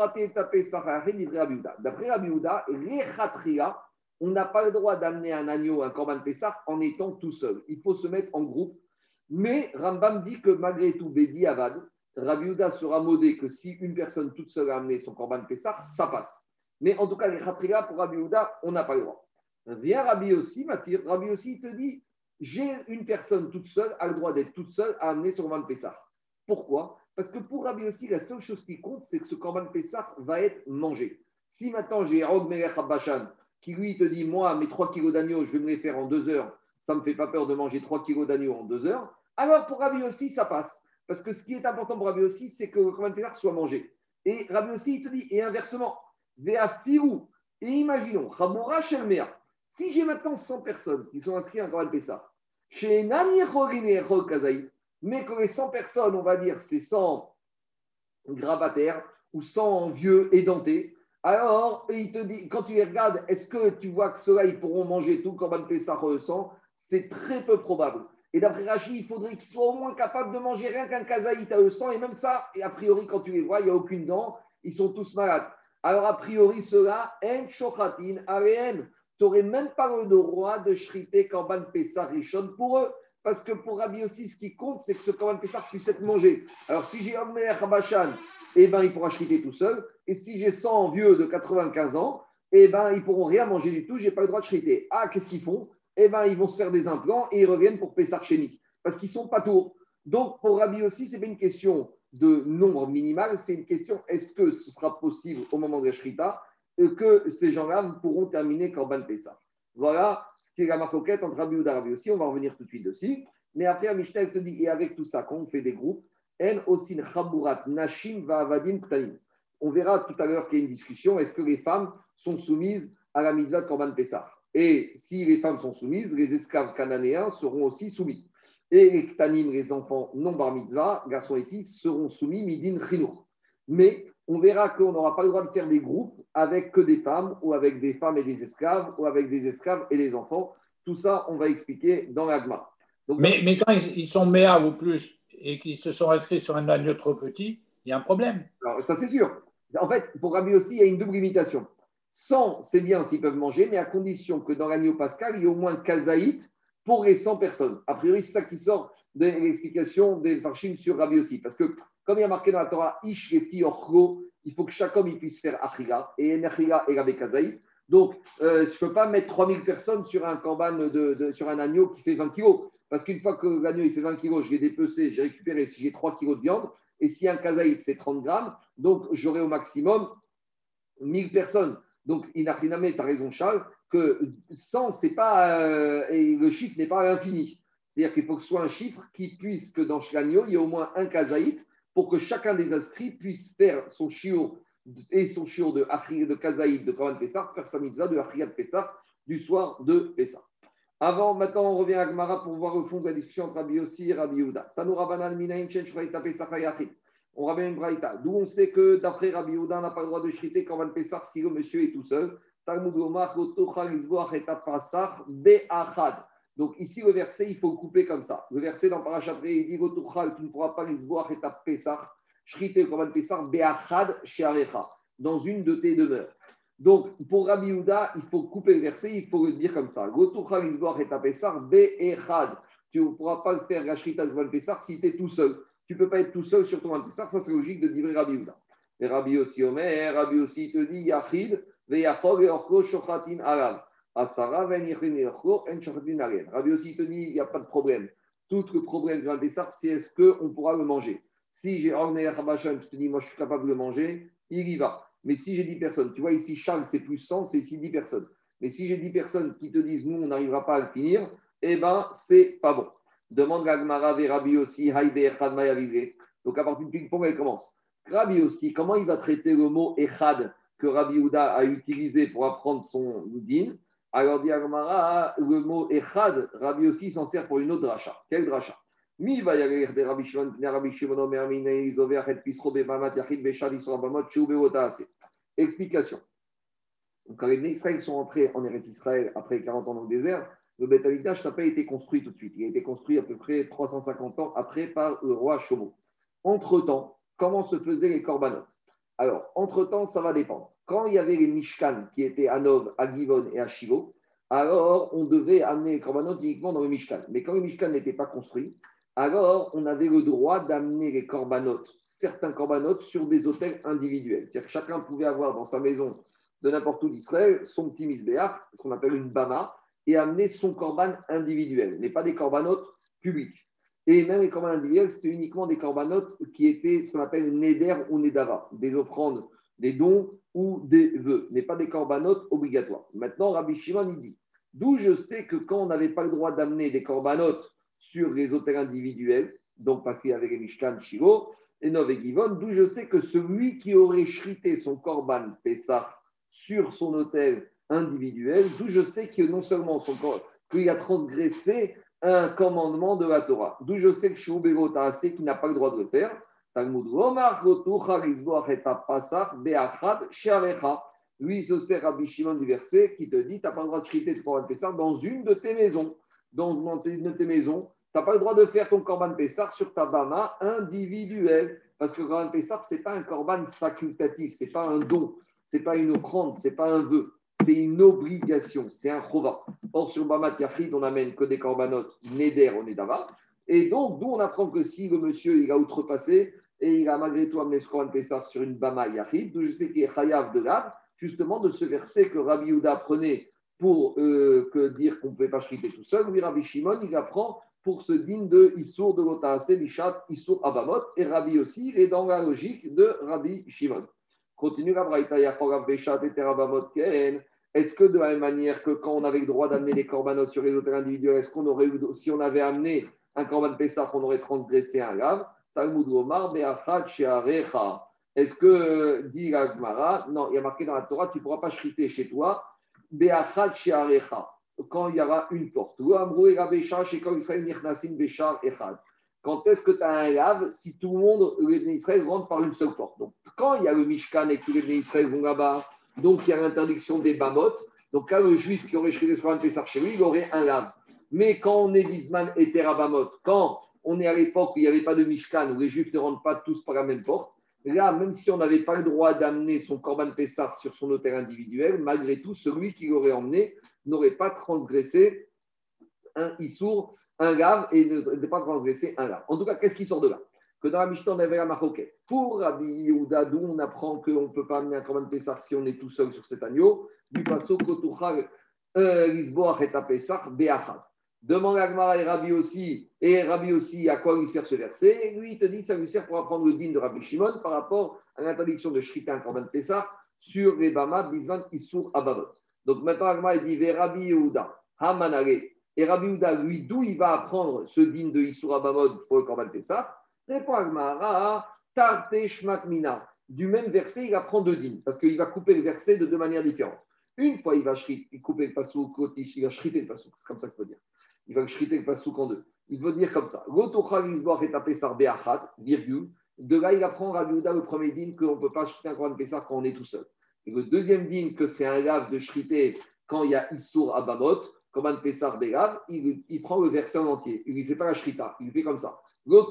Speaker 1: d'après Rabbi Yehuda, on n'a pas le droit d'amener un agneau, un Korban Pessah, en étant tout seul. Il faut se mettre en groupe. Mais Rambam dit que malgré tout, Bedi Avad, Rabbi Yehuda sera modé que si une personne toute seule a amené son Korban Pessah, ça passe. Mais en tout cas, les Khatriga, pour Rabbi Yehuda, on n'a pas le droit. Viens Rabbi aussi, Matir. Rabbi aussi, il te dit, j'ai une personne toute seule, a le droit d'être toute seule à amener son Korban Pessah. Pourquoi? Parce que pour Rabbi aussi, la seule chose qui compte, c'est que ce Korban Pessah va être mangé. Si maintenant j'ai Rog Melech Abbashan, qui lui te dit, moi, mes 3 kilos d'agneau, je vais me les faire en 2 heures, ça ne me fait pas peur de manger 3 kilos d'agneau en 2 heures, alors pour Rabbi aussi, ça passe. Parce que ce qui est important pour Rabbi aussi, c'est que le Korban Pessah soit mangé. Et Rabbi aussi, il te dit, et inversement, Vea Firou, et imaginons, Ramora Shelmea, si j'ai maintenant 100 personnes qui sont inscrites à un Korban Pessah, chez Nani Chorine Chol Kazaït, mais que les 100 personnes, on va dire, c'est 100 grabataires ou 100 vieux édentés, alors il te dit, quand tu les regardes, est-ce que tu vois que ceux-là, ils pourront manger tout le Korban Pessah sang? C'est très peu probable. Et d'après Rachid, il faudrait qu'ils soient au moins capables de manger rien qu'un kazaït à eux 100. Et même ça, et a priori, quand tu les vois, il n'y a aucune dent. Ils sont tous malades. Alors, a priori, ceux-là, en shochatin, aréen, tu n'aurais même pas le droit de shriter Korban Pessah Rishon pour eux. Parce que pour Rabbi aussi, ce qui compte, c'est que ce Korban Pessah puisse être mangé. Alors, si j'ai Omer Habashan, eh ben, il pourra shriter tout seul. Et si j'ai 100 vieux de 95 ans, eh ben, ils ne pourront rien manger du tout. Je n'ai pas le droit de shriter. Ah, qu'est-ce qu'ils font? Eh ben, ils vont se faire des implants et ils reviennent pour Pessah Chénique. Parce qu'ils ne sont pas tours. Donc, pour Rabbi aussi, ce n'est pas une question de nombre minimal, c'est une question, est-ce que ce sera possible au moment de la Shrita que ces gens-là pourront terminer Korban Pessah. Voilà ce qui est la marcoquette entre Rabbi Yehuda et Rabbi aussi, on va revenir tout de suite dessus. Mais après, Mishnah te dit, et avec tout ça, quand on fait des groupes, En osin chaburat nashim va'avadim ktanim. On verra tout à l'heure qu'il y a une discussion, est-ce que les femmes sont soumises à la mitzvah de Korban Pessah? Et si les femmes sont soumises, les esclaves cananéens seront aussi soumis. Et les ktanim, les enfants non bar mitzvah, garçons et filles, seront soumis midin chinour. Mais on verra qu'on n'aura pas le droit de faire des groupes avec que des femmes, ou avec des femmes et des esclaves, ou avec des esclaves et des enfants. Tout ça, on va expliquer dans l'agma.
Speaker 3: Mais quand ils sont méa ou plus et qu'ils se sont inscrits sur un agneau trop petit, il y a un problème.
Speaker 1: Alors, ça, c'est sûr. En fait, pour Rabbi aussi, il y a une double limitation. 100, c'est bien s'ils peuvent manger, mais à condition que dans l'agneau pascal, il y ait au moins kazaït pour les 100 personnes. A priori, c'est ça qui sort de l'explication des Farshim sur Rabbi aussi. Parce que, comme il y a marqué dans la Torah, Ish Refi Orcho, il faut que chaque homme il puisse faire Achila, et Achila et Rabbi Kazaït. Donc, je ne peux pas mettre 3000 personnes sur un korban sur un agneau qui fait 20 kilos. Parce qu'une fois que l'agneau il fait 20 kilos, je l'ai dépecé, j'ai récupéré, si j'ai 3 kilos de viande, et si un kazaït c'est 30 grammes, donc j'aurai au maximum 1000 personnes. Donc, Inachiname, tu as raison, Charles, que 100, c'est pas, et le chiffre n'est pas à l'infini. C'est-à-dire qu'il faut que ce soit un chiffre qui puisse, que dans l'agneau, il y ait au moins un kazaït pour que chacun des inscrits puisse faire son shiur et son shiur de kazaït de Korban Pessah, faire sa mitzvah de Achiyat Pessah du soir de Pessah. Maintenant, on revient à Gemara pour voir le fond de la discussion entre Rabbi Yossi et Rabbi Yehuda. Tanoura Banan Minayin Chen Shvaïta Pessah Hayachit. On ramène une braïta. D'où on sait que d'après Rabbi Yehuda, on n'a pas le droit de shriter quand on va Pessah si le monsieur est tout seul. Donc ici, le verset, il faut le couper comme ça. Le verset dans Parashat Ré, il dit tu ne pourras pas l'izboach et ta Pessah, shriter quand on Pessah, be'achad she'arecha, dans une de tes demeures. Donc, pour Rabbi Yehuda, il faut couper le verset, il faut le dire comme ça. Tu ne pourras pas faire la shrita de Pessah si tu es tout seul. Tu ne peux pas être tout seul sur ton Pessah, ça c'est logique de dire Rabbi Yehuda. Et Rabbi aussi Omer, Rabbi aussi te dit Yachid, Veyachog et Orko Shochatin Arav. Asara, Venyachin et Orko, En Shochatin Arav. Rabbi aussi te dit il n'y a pas de problème. Tout le problème du Pessah, c'est est-ce qu'on pourra le manger. Si j'ai Orner Habachan qui te dit moi je suis capable de le manger, il y va. Mais si j'ai 10 personnes, tu vois ici, Charles, c'est plus 100, c'est ici 10 personnes. Mais si j'ai 10 personnes qui te disent, nous, on n'arrivera pas à le finir, eh bien, c'est pas bon. Demande la Gemara vers Rabbi aussi, Haïbe Echad Mayavize. Donc, à partir du ping-pong, elle commence. Rabbi aussi, comment il va traiter le mot Echad que Rabbi Yehuda a utilisé pour apprendre son din? Alors, dit Gemara, le mot Echad, Rabbi aussi s'en sert pour une autre dracha. Quelle dracha? Mi va y aller de Rabbi Shimon, Rabbi Shimon, Omer, Minei, Zover, Het Pisro, Bebamat, Yachid, Beshad, Isra, Bamot, Chou, Beotase. Explication. Quand les Israël sont entrés en Eretz Israël après 40 ans dans le désert, le Beth Amikdash n'a pas été construit tout de suite. Il a été construit à peu près 350 ans après par le roi Shlomo. Entre-temps, comment se faisaient les korbanot? Alors, entre-temps, ça va dépendre. Quand il y avait les Mishkan qui étaient à Nov, à Givon et à Shiloh, alors on devait amener les korbanot uniquement dans le Mishkan. Mais quand le Mishkan n'était pas construit, alors on avait le droit d'amener les korbanot, certains korbanot, sur des autels individuels. C'est-à-dire que chacun pouvait avoir dans sa maison de n'importe où d'Israël, son petit misbéach, ce qu'on appelle une bama, et amener son korban individuel, mais pas des corbanotes publics. Et même les corbanotes individuels, c'était uniquement des corbanotes qui étaient ce qu'on appelle neder ou nedava, des offrandes, des dons ou des vœux, mais pas des corbanotes obligatoires. Maintenant, Rabbi Shimon, il dit, d'où je sais que quand on n'avait pas le droit d'amener des corbanotes sur les autels individuels, donc parce qu'il y avait les Mishkan, Shilo, et Nov et Givon, d'où je sais que celui qui aurait shrité son korban Pessah sur son autel individuel, d'où je sais que non seulement qu'il a transgressé un commandement de la Torah, d'où je sais que Shubero Taase qui n'a pas le droit de le faire. Talmud Romar, lui, il se sert Rabbi Shimon du verset qui te dit, tu n'as pas le droit de shriter ton korban Pessah dans une de tes maisons. Dans une de tes maisons, tu n'as pas le droit de faire ton korban Pessah sur ta bama individuelle. Parce que le korban Pessah, ce n'est pas un korban facultatif, ce n'est pas un don, ce n'est pas une offrande, ce n'est pas un vœu. C'est une obligation, c'est un chova. Or, sur Bamat Yachid, on n'amène que des corbanotes Neder ou Nedava. Et donc, d'où on apprend que si le monsieur il a outrepassé et il a malgré tout amené ce korban Pessah sur une Bama Yachid, d'où je sais qu'il est chayav de l'âme, justement de ce verset que Rabbi Yehuda prenait pour dire qu'on ne pouvait pas shriter tout seul. Lui, Rabbi Shimon, il apprend pour ce digne de Issour de l'Otaase, Lishat, Issour Abamot. Et Rabbi aussi, il est dans la logique de Rabbi Shimon. Continue la Braïta, Yachorav Beshat et Terabamot Ken. Est-ce que de la même manière que quand on avait le droit d'amener les korbanot sur les autels individuels, est-ce qu'on aurait eu, si on avait amené un korban Pessah, on aurait transgressé un lave? Talmud Omar, Be'achat Shearecha. Est-ce que, dit la Gemara, non, il y a marqué dans la Torah, tu ne pourras pas shriter chez toi, Be'achat Shearecha, quand il y aura une porte. Quand est-ce que tu as un lave si tout le monde, les Bnei Israël, rentre par une seule porte? Donc, quand il y a le Mishkan et que les Bnei Israël vont là-bas, donc il y a l'interdiction des Bamot, donc là, le juif qui aurait shrité sur un Pessah chez lui, il aurait un lave. Mais quand on est Bisman et Terabamot, quand on est à l'époque où il n'y avait pas de Mishkan, où les juifs ne rentrent pas tous par la même porte, là, même si on n'avait pas le droit d'amener son korban Pessah sur son autel individuel, malgré tout, celui qui l'aurait emmené n'aurait pas transgressé un Issour, un lave, et ne pas transgressé un lave. En tout cas, qu'est-ce qui sort de là? Que dans la Mishnah, on avait la maroquette. Pour Rabbi Yehuda, d'où on apprend qu'on ne peut pas amener un korban Pessah si on est tout seul sur cet agneau, du passo kotuchal lisboach et Pessah be'achad. Demande à Gmara et Rabbi aussi, à quoi lui sert ce verset. Et lui, il te dit ça lui sert pour apprendre le din de Rabbi Shimon par rapport à l'interdiction de shriter un korban Pessah sur les Bama, Bizvan, Issour, Abavot. Donc maintenant, Gmara, il dit Ve Rabbi Yehuda, Hamanare. Et Rabbi Yehuda, lui, d'où il va apprendre ce din de Issour, Abavot pour le korban Pessah? Répond à Gmara, Tarte Shmat Mina. Du même verset, il apprend deux dînes, parce qu'il va couper le verset de deux manières différentes. Une fois, il va couper le pasouk, il va shriter le pasouk, c'est comme ça qu'il faut dire. Il va shriter le pasouk en deux. Il veut dire comme ça. Virgule. De là, il apprend Rabbi Yehuda le premier dîne qu'on ne peut pas shriter un korban Pessah quand on est tout seul. Et le deuxième dîne que c'est un lave de shriter quand il y a Issour Abamot, korban Pessah Bélav, il prend le verset en entier. Il ne lui fait pas la shrita, il lui fait comme ça. Quand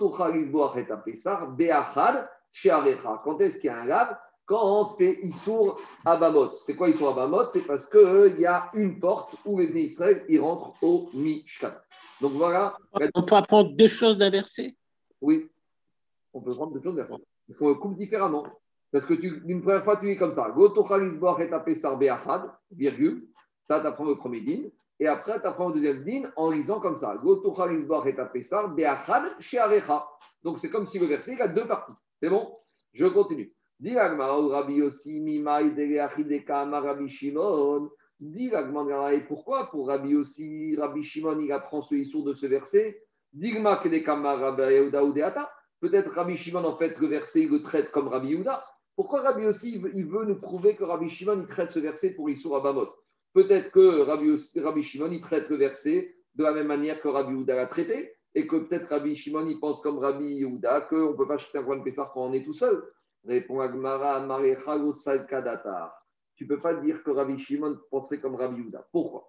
Speaker 1: est-ce qu'il y a un lave? Quand c'est Issour Abamot. C'est quoi Issour Abamot? C'est parce qu'il y a une porte où les Bnei Israël ils rentrent au Mishkan. Donc voilà.
Speaker 2: On peut apprendre deux choses d'un verset?
Speaker 1: Oui, on peut prendre deux choses d'un verset. Il faut couper différemment. Parce que une première fois, tu es comme ça. Virgule. Ça, tu apprends le premier din. Et après, tu apprends le deuxième din en lisant comme ça. Donc c'est comme si le verset il a deux parties. C'est bon? Je continue. Dis Rabbi aussi, Rabbi Shimon. Dis et pourquoi pour Rabbi aussi, Rabbi Shimon, il apprend ce issour de ce verset? Digma peut-être Rabbi Shimon, en fait, le verset, il le traite comme Rabbi Yehuda. Pourquoi Rabbi aussi, il veut nous prouver que Rabbi Shimon, il traite ce verset pour Issour Abamot? Peut-être que Rabbi Shimon, il traite le verset de la même manière que Rabbi Yehuda l'a traité, et que peut-être Rabbi Shimon, il pense comme Rabbi Yehuda qu'on ne peut pas jeter un korban Pessah quand on est tout seul. Répond Agmara, Marechalo Salkadatar. Tu ne peux pas dire que Rabbi Shimon penserait comme Rabbi Yehuda. Pourquoi?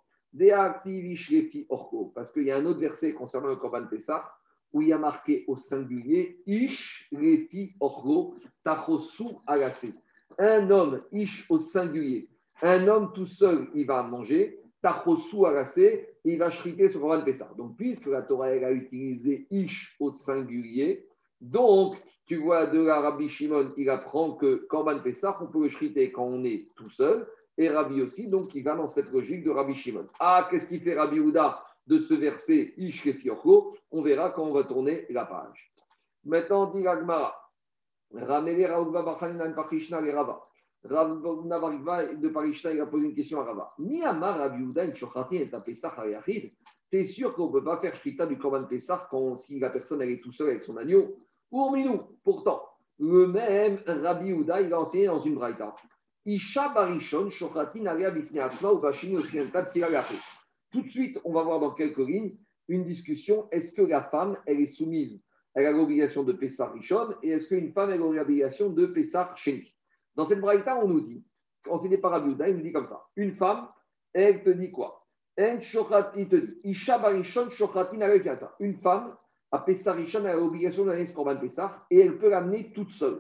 Speaker 1: Parce qu'il y a un autre verset concernant le korban Pessah où il y a marqué au singulier Ish Lefi Orgo Tachosu Agase. Un homme, Ish au singulier, un homme tout seul, il va manger, Tachosu Agase, et il va shriter sur korban Pessah. Donc, puisque la Torah elle a utilisé Ish au singulier, donc, tu vois, de la Rabbi Shimon, il apprend que korban Pessah, on peut le shriter quand on est tout seul, et Rabbi aussi, donc il va dans cette logique de Rabbi Shimon. Ah, qu'est-ce qu'il fait Rabbi Houda de ce verset Ish Kefioko? On verra quand on va tourner la page. Maintenant, dit l'Agmara. Ramele Raouba Bachanan Parishna et Rava. Rav de Parishna, il a posé une question à Rava. Miyamar Rabbi Houda, une chokhati et un Pesach Hayachid. T'es sûr qu'on ne peut pas faire Shrita du Korban Pesach si la personne elle est tout seule avec son agneau? Ou en minou? Pourtant, le même Rabbi Houda, il a enseigné dans une braïta. Isha Barishon, Shochati Naria Bifne Atzma ou Bashini Osienta Tfila Gaché. Tout de suite, on va voir dans quelques lignes une discussion. Est-ce que la femme, elle est soumise? Elle a l'obligation de Pessah Rishon, et est-ce qu'une femme a l'obligation de Pessah Sheni? Dans cette braïta, on nous dit, enseigné par Rabbi Houda, il nous dit comme ça. Une femme, elle te dit quoi? Il te dit, Isha Barishon Shochati Naria Bifne Atzma. Une femme, à Pessah Rishon, elle a l'obligation d'amener ce Korban Pessah, et elle peut l'amener toute seule.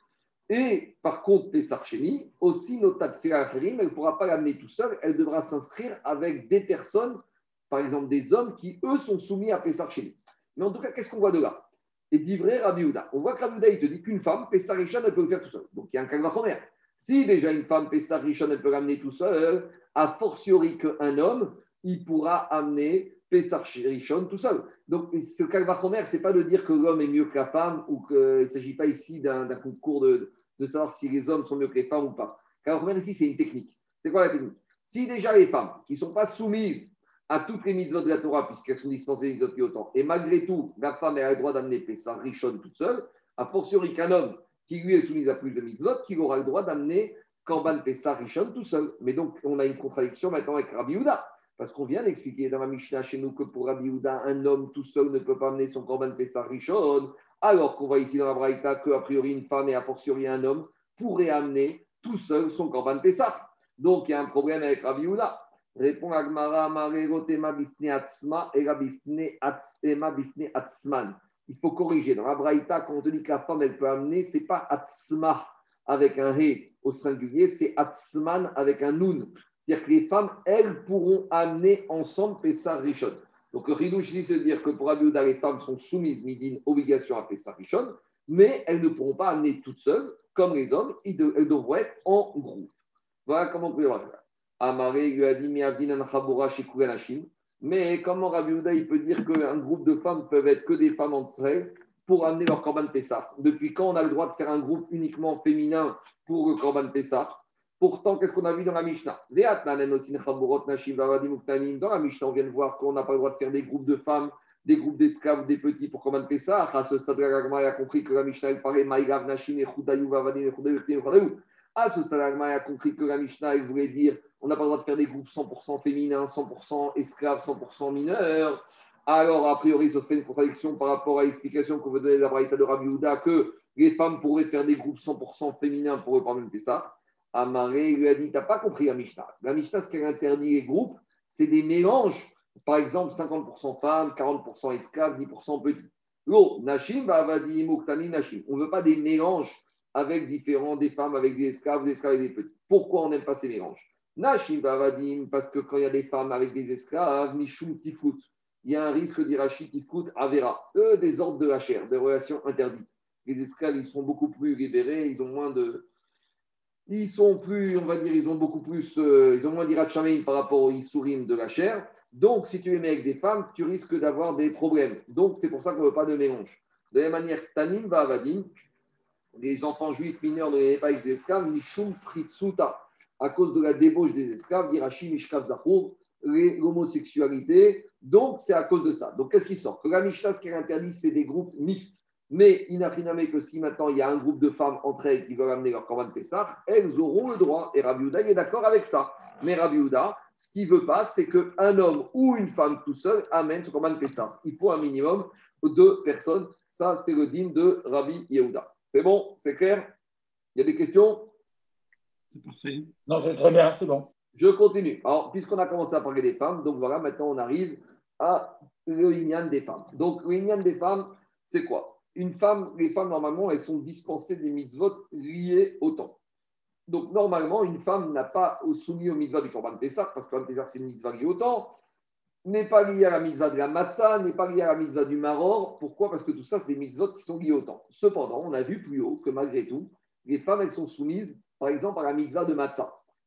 Speaker 1: Et par contre, Pessah Sheni, aussi notat Tfila Acherim, elle ne pourra pas l'amener tout seul, elle devra s'inscrire avec des personnes, par exemple des hommes qui, eux, sont soumis à Pessah Sheni. Mais en tout cas, qu'est-ce qu'on voit de là? Et dit vrai Rabbi Houda. On voit que Rabbi Houda, il te dit qu'une femme, Pessah Rishon, elle peut le faire tout seul. Donc il y a un cas de Vachomer. Si déjà une femme, Pessah Rishon, elle peut l'amener tout seul, a fortiori qu'un homme, il pourra amener Pessah Rishon tout seul. Donc ce cas de Vachomer, ce n'est pas de dire que l'homme est mieux que la femme ou qu'il ne s'agit pas ici d'un concours de savoir si les hommes sont mieux que les femmes ou pas. Car Vachomer ici, c'est une technique. C'est quoi la technique? Si déjà les femmes qui ne sont pas soumises à toutes les mitzvot de la Torah, puisqu'elles sont dispensées des mitzvot depuis autant. Et malgré tout, la femme a le droit d'amener Pessah Rishon toute seule, a fortiori qu'un homme qui lui est soumis à plus de mitzvot, qui aura le droit d'amener Korban Pessah Rishon tout seul. Mais donc, on a une contradiction maintenant avec Rabbi Houda, parce qu'on vient d'expliquer dans la Mishnah chez nous que pour Rabbi Houda, un homme tout seul ne peut pas amener son Korban Pessah Rishon, alors qu'on voit ici dans la Braïta qu'a priori une femme et a fortiori un homme pourraient amener tout seul son Korban Pessah. Donc, il y a un problème avec Rabbi Houda. Répond Agmara, Marerotema Bifne Atzma et la Bifne Atzema Bifne Atzman. Il faut corriger. Dans la Braïta, quand on te dit que la femme, elle peut amener, ce n'est pas Atzma avec un He au singulier, c'est Atzman avec un Nun. C'est-à-dire que les femmes, elles pourront amener ensemble Pessah Rishon. Donc le Ridouche ici, c'est de dire que pour Rabbi Houda, les femmes sont soumises, midin, obligation à Pessah Rishon, mais elles ne pourront pas amener toutes seules, comme les hommes, elles devront être en groupe. Voilà comment on peut le voir. Amaré lui a dit mais comment Rabbi Houda il peut dire qu'un groupe de femmes peuvent être que des femmes entre elles pour amener leur Korban Pessah? Depuis quand on a le droit de faire un groupe uniquement féminin pour le Korban Pessah? Pourtant, qu'est-ce qu'on a vu dans la Mishnah? Dans la Mishnah, on vient de voir qu'on n'a pas le droit de faire des groupes de femmes, des groupes d'esclaves, des petits pour Korban Pessah. À ce stade, la a compris que la Mishnah elle parlait Maïgav Nashim et Choudayu Vavadim et Choudayu. À ce stade, la a compris que la Mishnah elle voulait dire on n'a pas le droit de faire des groupes 100% féminins, 100% esclaves, 100% mineurs. Alors, a priori, ce serait une contradiction par rapport à l'explication qu'on veut donner de la Braïta de Rabbi Houda que les femmes pourraient faire des groupes 100% féminins pour le Korban Pessah. Amaré lui a dit, tu n'as pas compris la Mishnah. La Mishnah, ce qu'elle interdit les groupes, c'est des mélanges. Par exemple, 50% femmes, 40% esclaves, 10% petits. L'eau, Nashim, Bavadi, Muktani, Nashim. On ne veut pas des mélanges avec des femmes, avec des esclaves et des petits. Pourquoi on n'aime pas ces mélanges? Nashim, Bavadim, parce que quand il y a des femmes avec des esclaves, Mishum, Tifut, il y a un risque d'Irachi, Tifut, Avera. Des ordres de la chair, des relations interdites. Les esclaves, ils sont beaucoup plus libérés, ils ont moins de. Ils sont plus, on va dire, ils ont beaucoup plus, ils ont moins d'Irachamein par rapport aux Issourim de la chair. Donc, si tu les mets avec des femmes, tu risques d'avoir des problèmes. Donc, c'est pour ça qu'on ne veut pas de mélange. De la même manière, Tanim va Avadim, les enfants juifs mineurs ne les pas avec des esclaves, Mishum Pritsuta, à cause de la débauche des esclaves, d'Irachi, Mishkav Zachour, l'homosexualité. Donc, c'est à cause de ça. Donc, qu'est-ce qui sort? Que la Mishnah, ce qu'elle interdit, c'est des groupes mixtes. Mais inafiname que si maintenant il y a un groupe de femmes entre elles qui veulent amener leur Korban Pessah, elles auront le droit. Et Rabbi Houda est d'accord avec ça. Mais Rabbi Houda, ce qu'il ne veut pas, c'est qu'un homme ou une femme tout seul amène son Korban Pessah. Il faut un minimum de 2 personnes. Ça, c'est le dîme de Rabbi Yehuda. C'est bon? C'est clair? Il y a des questions?
Speaker 4: C'est parfait.
Speaker 3: Non, c'est très bien, c'est bon.
Speaker 1: Je continue. Alors, puisqu'on a commencé à parler des femmes, donc voilà, maintenant on arrive à le Inyan des femmes. Donc, le Inyan des femmes, c'est quoi? Les femmes, normalement, elles sont dispensées des mitzvot liés au temps. Donc, normalement, une femme n'a pas soumis au mitzvah du Korban Pessah, parce que le Korban Pessah, c'est une mitzvah liée au temps, n'est pas liée à la mitzvah de la matzah, n'est pas liée à la mitzvah du maror. Pourquoi? Parce que tout ça, c'est des mitzvot qui sont liés au temps. Cependant, on a vu plus haut que malgré tout, les femmes, elles sont soumises, par exemple, à la mitzvah de matzah.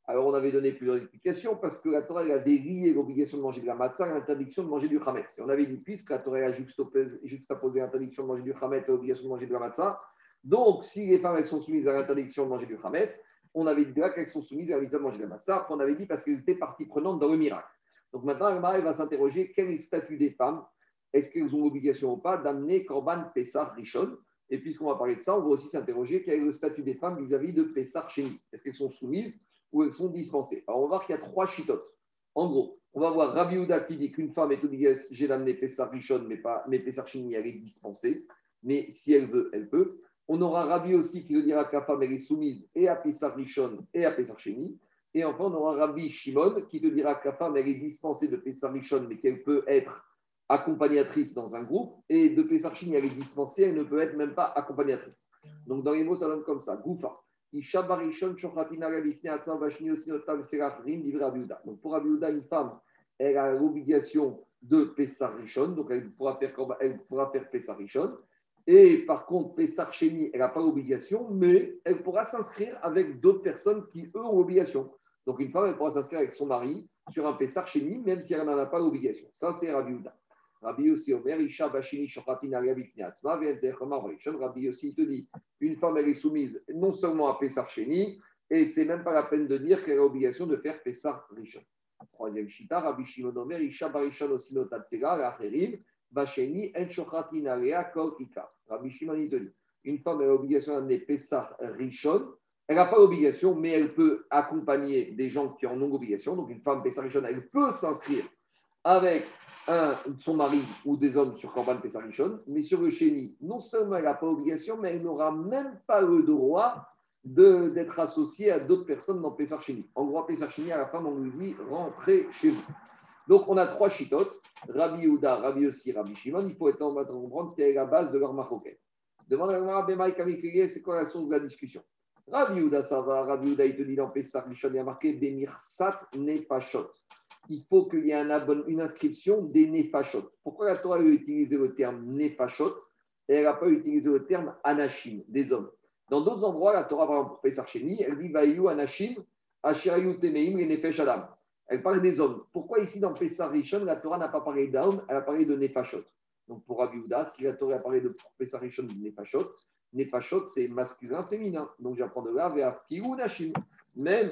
Speaker 1: Alors, on avait donné plusieurs explications parce que la Torah elle avait lié l'obligation de manger de la matzah à l'interdiction de manger du chametz. Et on avait dit, puisque la Torah a juxtaposé l'interdiction de manger du chametz à l'obligation de manger de la matzah, donc si les femmes elles sont soumises à l'interdiction de manger du chametz, on avait dit là qu'elles sont soumises à l'interdiction de manger de la matzah. Après, on avait dit parce qu'elles étaient partie prenante dans le miracle. Donc maintenant, elle va s'interroger quel est le statut des femmes. Est-ce qu'elles ont l'obligation ou pas d'amener Korban Pessah Rishon? Et puisqu'on va parler de ça, on va aussi s'interroger quel est le statut des femmes vis-à-vis de Pessah Sheni. Est-ce qu'elles sont soumises ou elles sont dispensées? Alors on va voir qu'il y a 3 chitotes. En gros, on va voir Rabbi Yehuda qui dit qu'une femme est obligée d'amener Pessah Rishon, mais Pessah Sheni, elle est dispensée. Mais si elle veut, elle peut. On aura Rabbi aussi qui nous dira que la femme elle est soumise et à Pessah Rishon et à Pessah Sheni. Et enfin, on aura Rabbi Shimon qui te dira que la femme elle est dispensée de Pessah Rishon, mais qu'elle peut être accompagnatrice dans un groupe, et de Pessah Sheni, elle est dispensée, elle ne peut être même pas accompagnatrice. Donc, dans les mots, ça donne comme ça. Goufa. Donc, pour Rabbi Yehuda, une femme, elle a l'obligation de Pessah Rishon, donc elle pourra faire Pessah Rishon. Et par contre, Pessah Sheni, elle n'a pas l'obligation, mais elle pourra s'inscrire avec d'autres personnes qui, eux, ont l'obligation. Donc, une femme, elle pourra s'inscrire avec son mari sur un Pessah Sheni, même si elle n'en a pas l'obligation. Ça, c'est Rabbi Yehuda. Rabbi Yossi Omer, Isha Bashini Shochatin Aria Bifnei Atzma, Ve'enzechomar Rishon. Rabbi Yossi te dit, une femme, elle est soumise non seulement à Pessah Sheni, et c'est même pas la peine de dire qu'elle a l'obligation de faire Pessah Rishon. Troisième Shita, Rabbi Shimon Omer, Isha Barishon Osino Tatzera, Lacherim, Basheni En Shochatin Aria Kol Ika. Rabbi Shimon il te dit, une femme, elle a l'obligation d'amener Pessah Rishon. Elle n'a pas l'obligation, mais elle peut accompagner des gens qui en ont l'obligation. Donc, une femme Pessah Rishon, elle peut s'inscrire avec son mari ou des hommes sur Korban Pessah Rishon, mais sur le Sheni, non seulement elle n'a pas l'obligation, mais elle n'aura même pas le droit d'être associée à d'autres personnes dans Pessah Sheni. En gros, Pessah Sheni, à la femme, on lui dit rentrez chez vous. Donc, on a 3 chitotes, Rabbi Yehuda, Rabbi Yossi, Rabbi Shimon. Il faut être en train de comprendre quelle est la base de leur machoket. Demande à Rabbi Maïk, c'est quoi la source de la discussion? Rabbi Yehuda, ça va. Rabbi Yehuda, il te dit dans Pessah Rishon, il y a marqué Bemirsat Nefashot. Il faut qu'il y ait une inscription des Nefashot. Pourquoi la Torah a utilisé le terme Nefashot et elle n'a pas utilisé le terme Anashim, des hommes? Dans d'autres endroits, la Torah, par exemple, pour Pessah Sheni, elle dit Vayu Anashim, Asherayu Temeim, les Nefesh Adam. Elle parle des hommes. Pourquoi ici, dans Pessah Rishon, la Torah n'a pas parlé d'hommes, elle a parlé de Nefashot? Donc pour Rabbi Yehuda, si la Torah a parlé de Pessah Rishon de Nefashot, Nefashot, c'est masculin, féminin. Donc j'apprends de là vers Fiou Nashim, même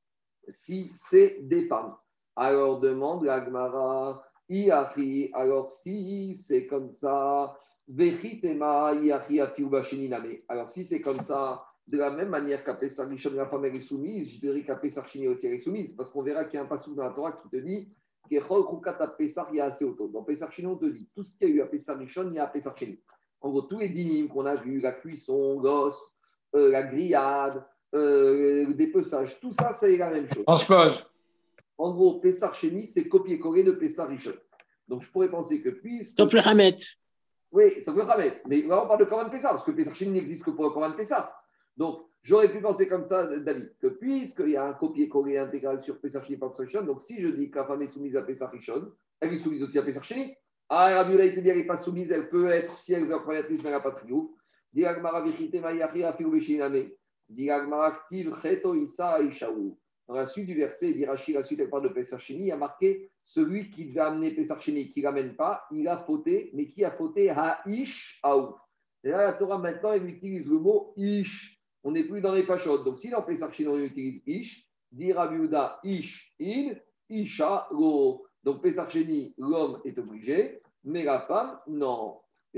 Speaker 1: si c'est des femmes. Alors demande la Gemara, Iachi, alors si c'est comme ça, Vechitema, Iachi, Afiou Basheni Name. Alors si c'est comme ça, de la même manière qu'à Pessah Rishon, la femme elle est soumise, je dirais qu'à Pessah Sheni aussi elle est soumise, parce qu'on verra qu'il y a un passage dans la Torah qui te dit Kechol Chukat Pessah, il y a assez auto. Dans Pessah Sheni, on te dit tout ce qu'il y a eu à Pessah Rishon, il y a à Pessah Sheni. En gros, tous les dynimes qu'on a vus, la cuisson, l'os, la grillade, des peçages, tout ça, c'est la même chose.
Speaker 3: On se pose.
Speaker 1: En gros, Pessah Sheni, c'est copier-coller de Pessah Rishon. Donc, je pourrais penser que puisque...
Speaker 2: Sauf le Hametz.
Speaker 1: Oui, sauf le Hametz. Mais là, on parle de Korban Pessah, parce que Pessah Sheni n'existe que pour le Korban Pessah. Donc, j'aurais pu penser comme ça, David, que puisqu'il y a un copier-coller intégral sur Pessah Sheni par Pessah Rishon, donc si je dis que la femme est soumise à Pessah Rishon, elle est soumise aussi à Pessah Sheni. Ah, Rabbi Yehuda, il te dit, elle n'est pas soumise, elle peut être, si elle veut accompagnatrice, mais elle n'a pas de triomphe. Dis Agmara Vichitema Yachi Afiou Beshiname. Dis Agmara Ktiv Cheto Issa Ishaou. Dans la suite du verset, Birachi, la suite, elle parle de Pessah Sheni, il y a marqué celui qui va amener Pessah Sheni, qui ne l'amène pas, il a fauté, mais qui a fauté Ha'ish Aou. Et là, la Torah, maintenant, elle utilise le mot Ish. On n'est plus dans les Pashot. Donc, si dans Pessah Sheni, on utilise Ish, dit Rabbi Yehuda Ish, In, Isha, Lo. Donc, Pessah Sheni, l'homme est obligé, mais la femme, non.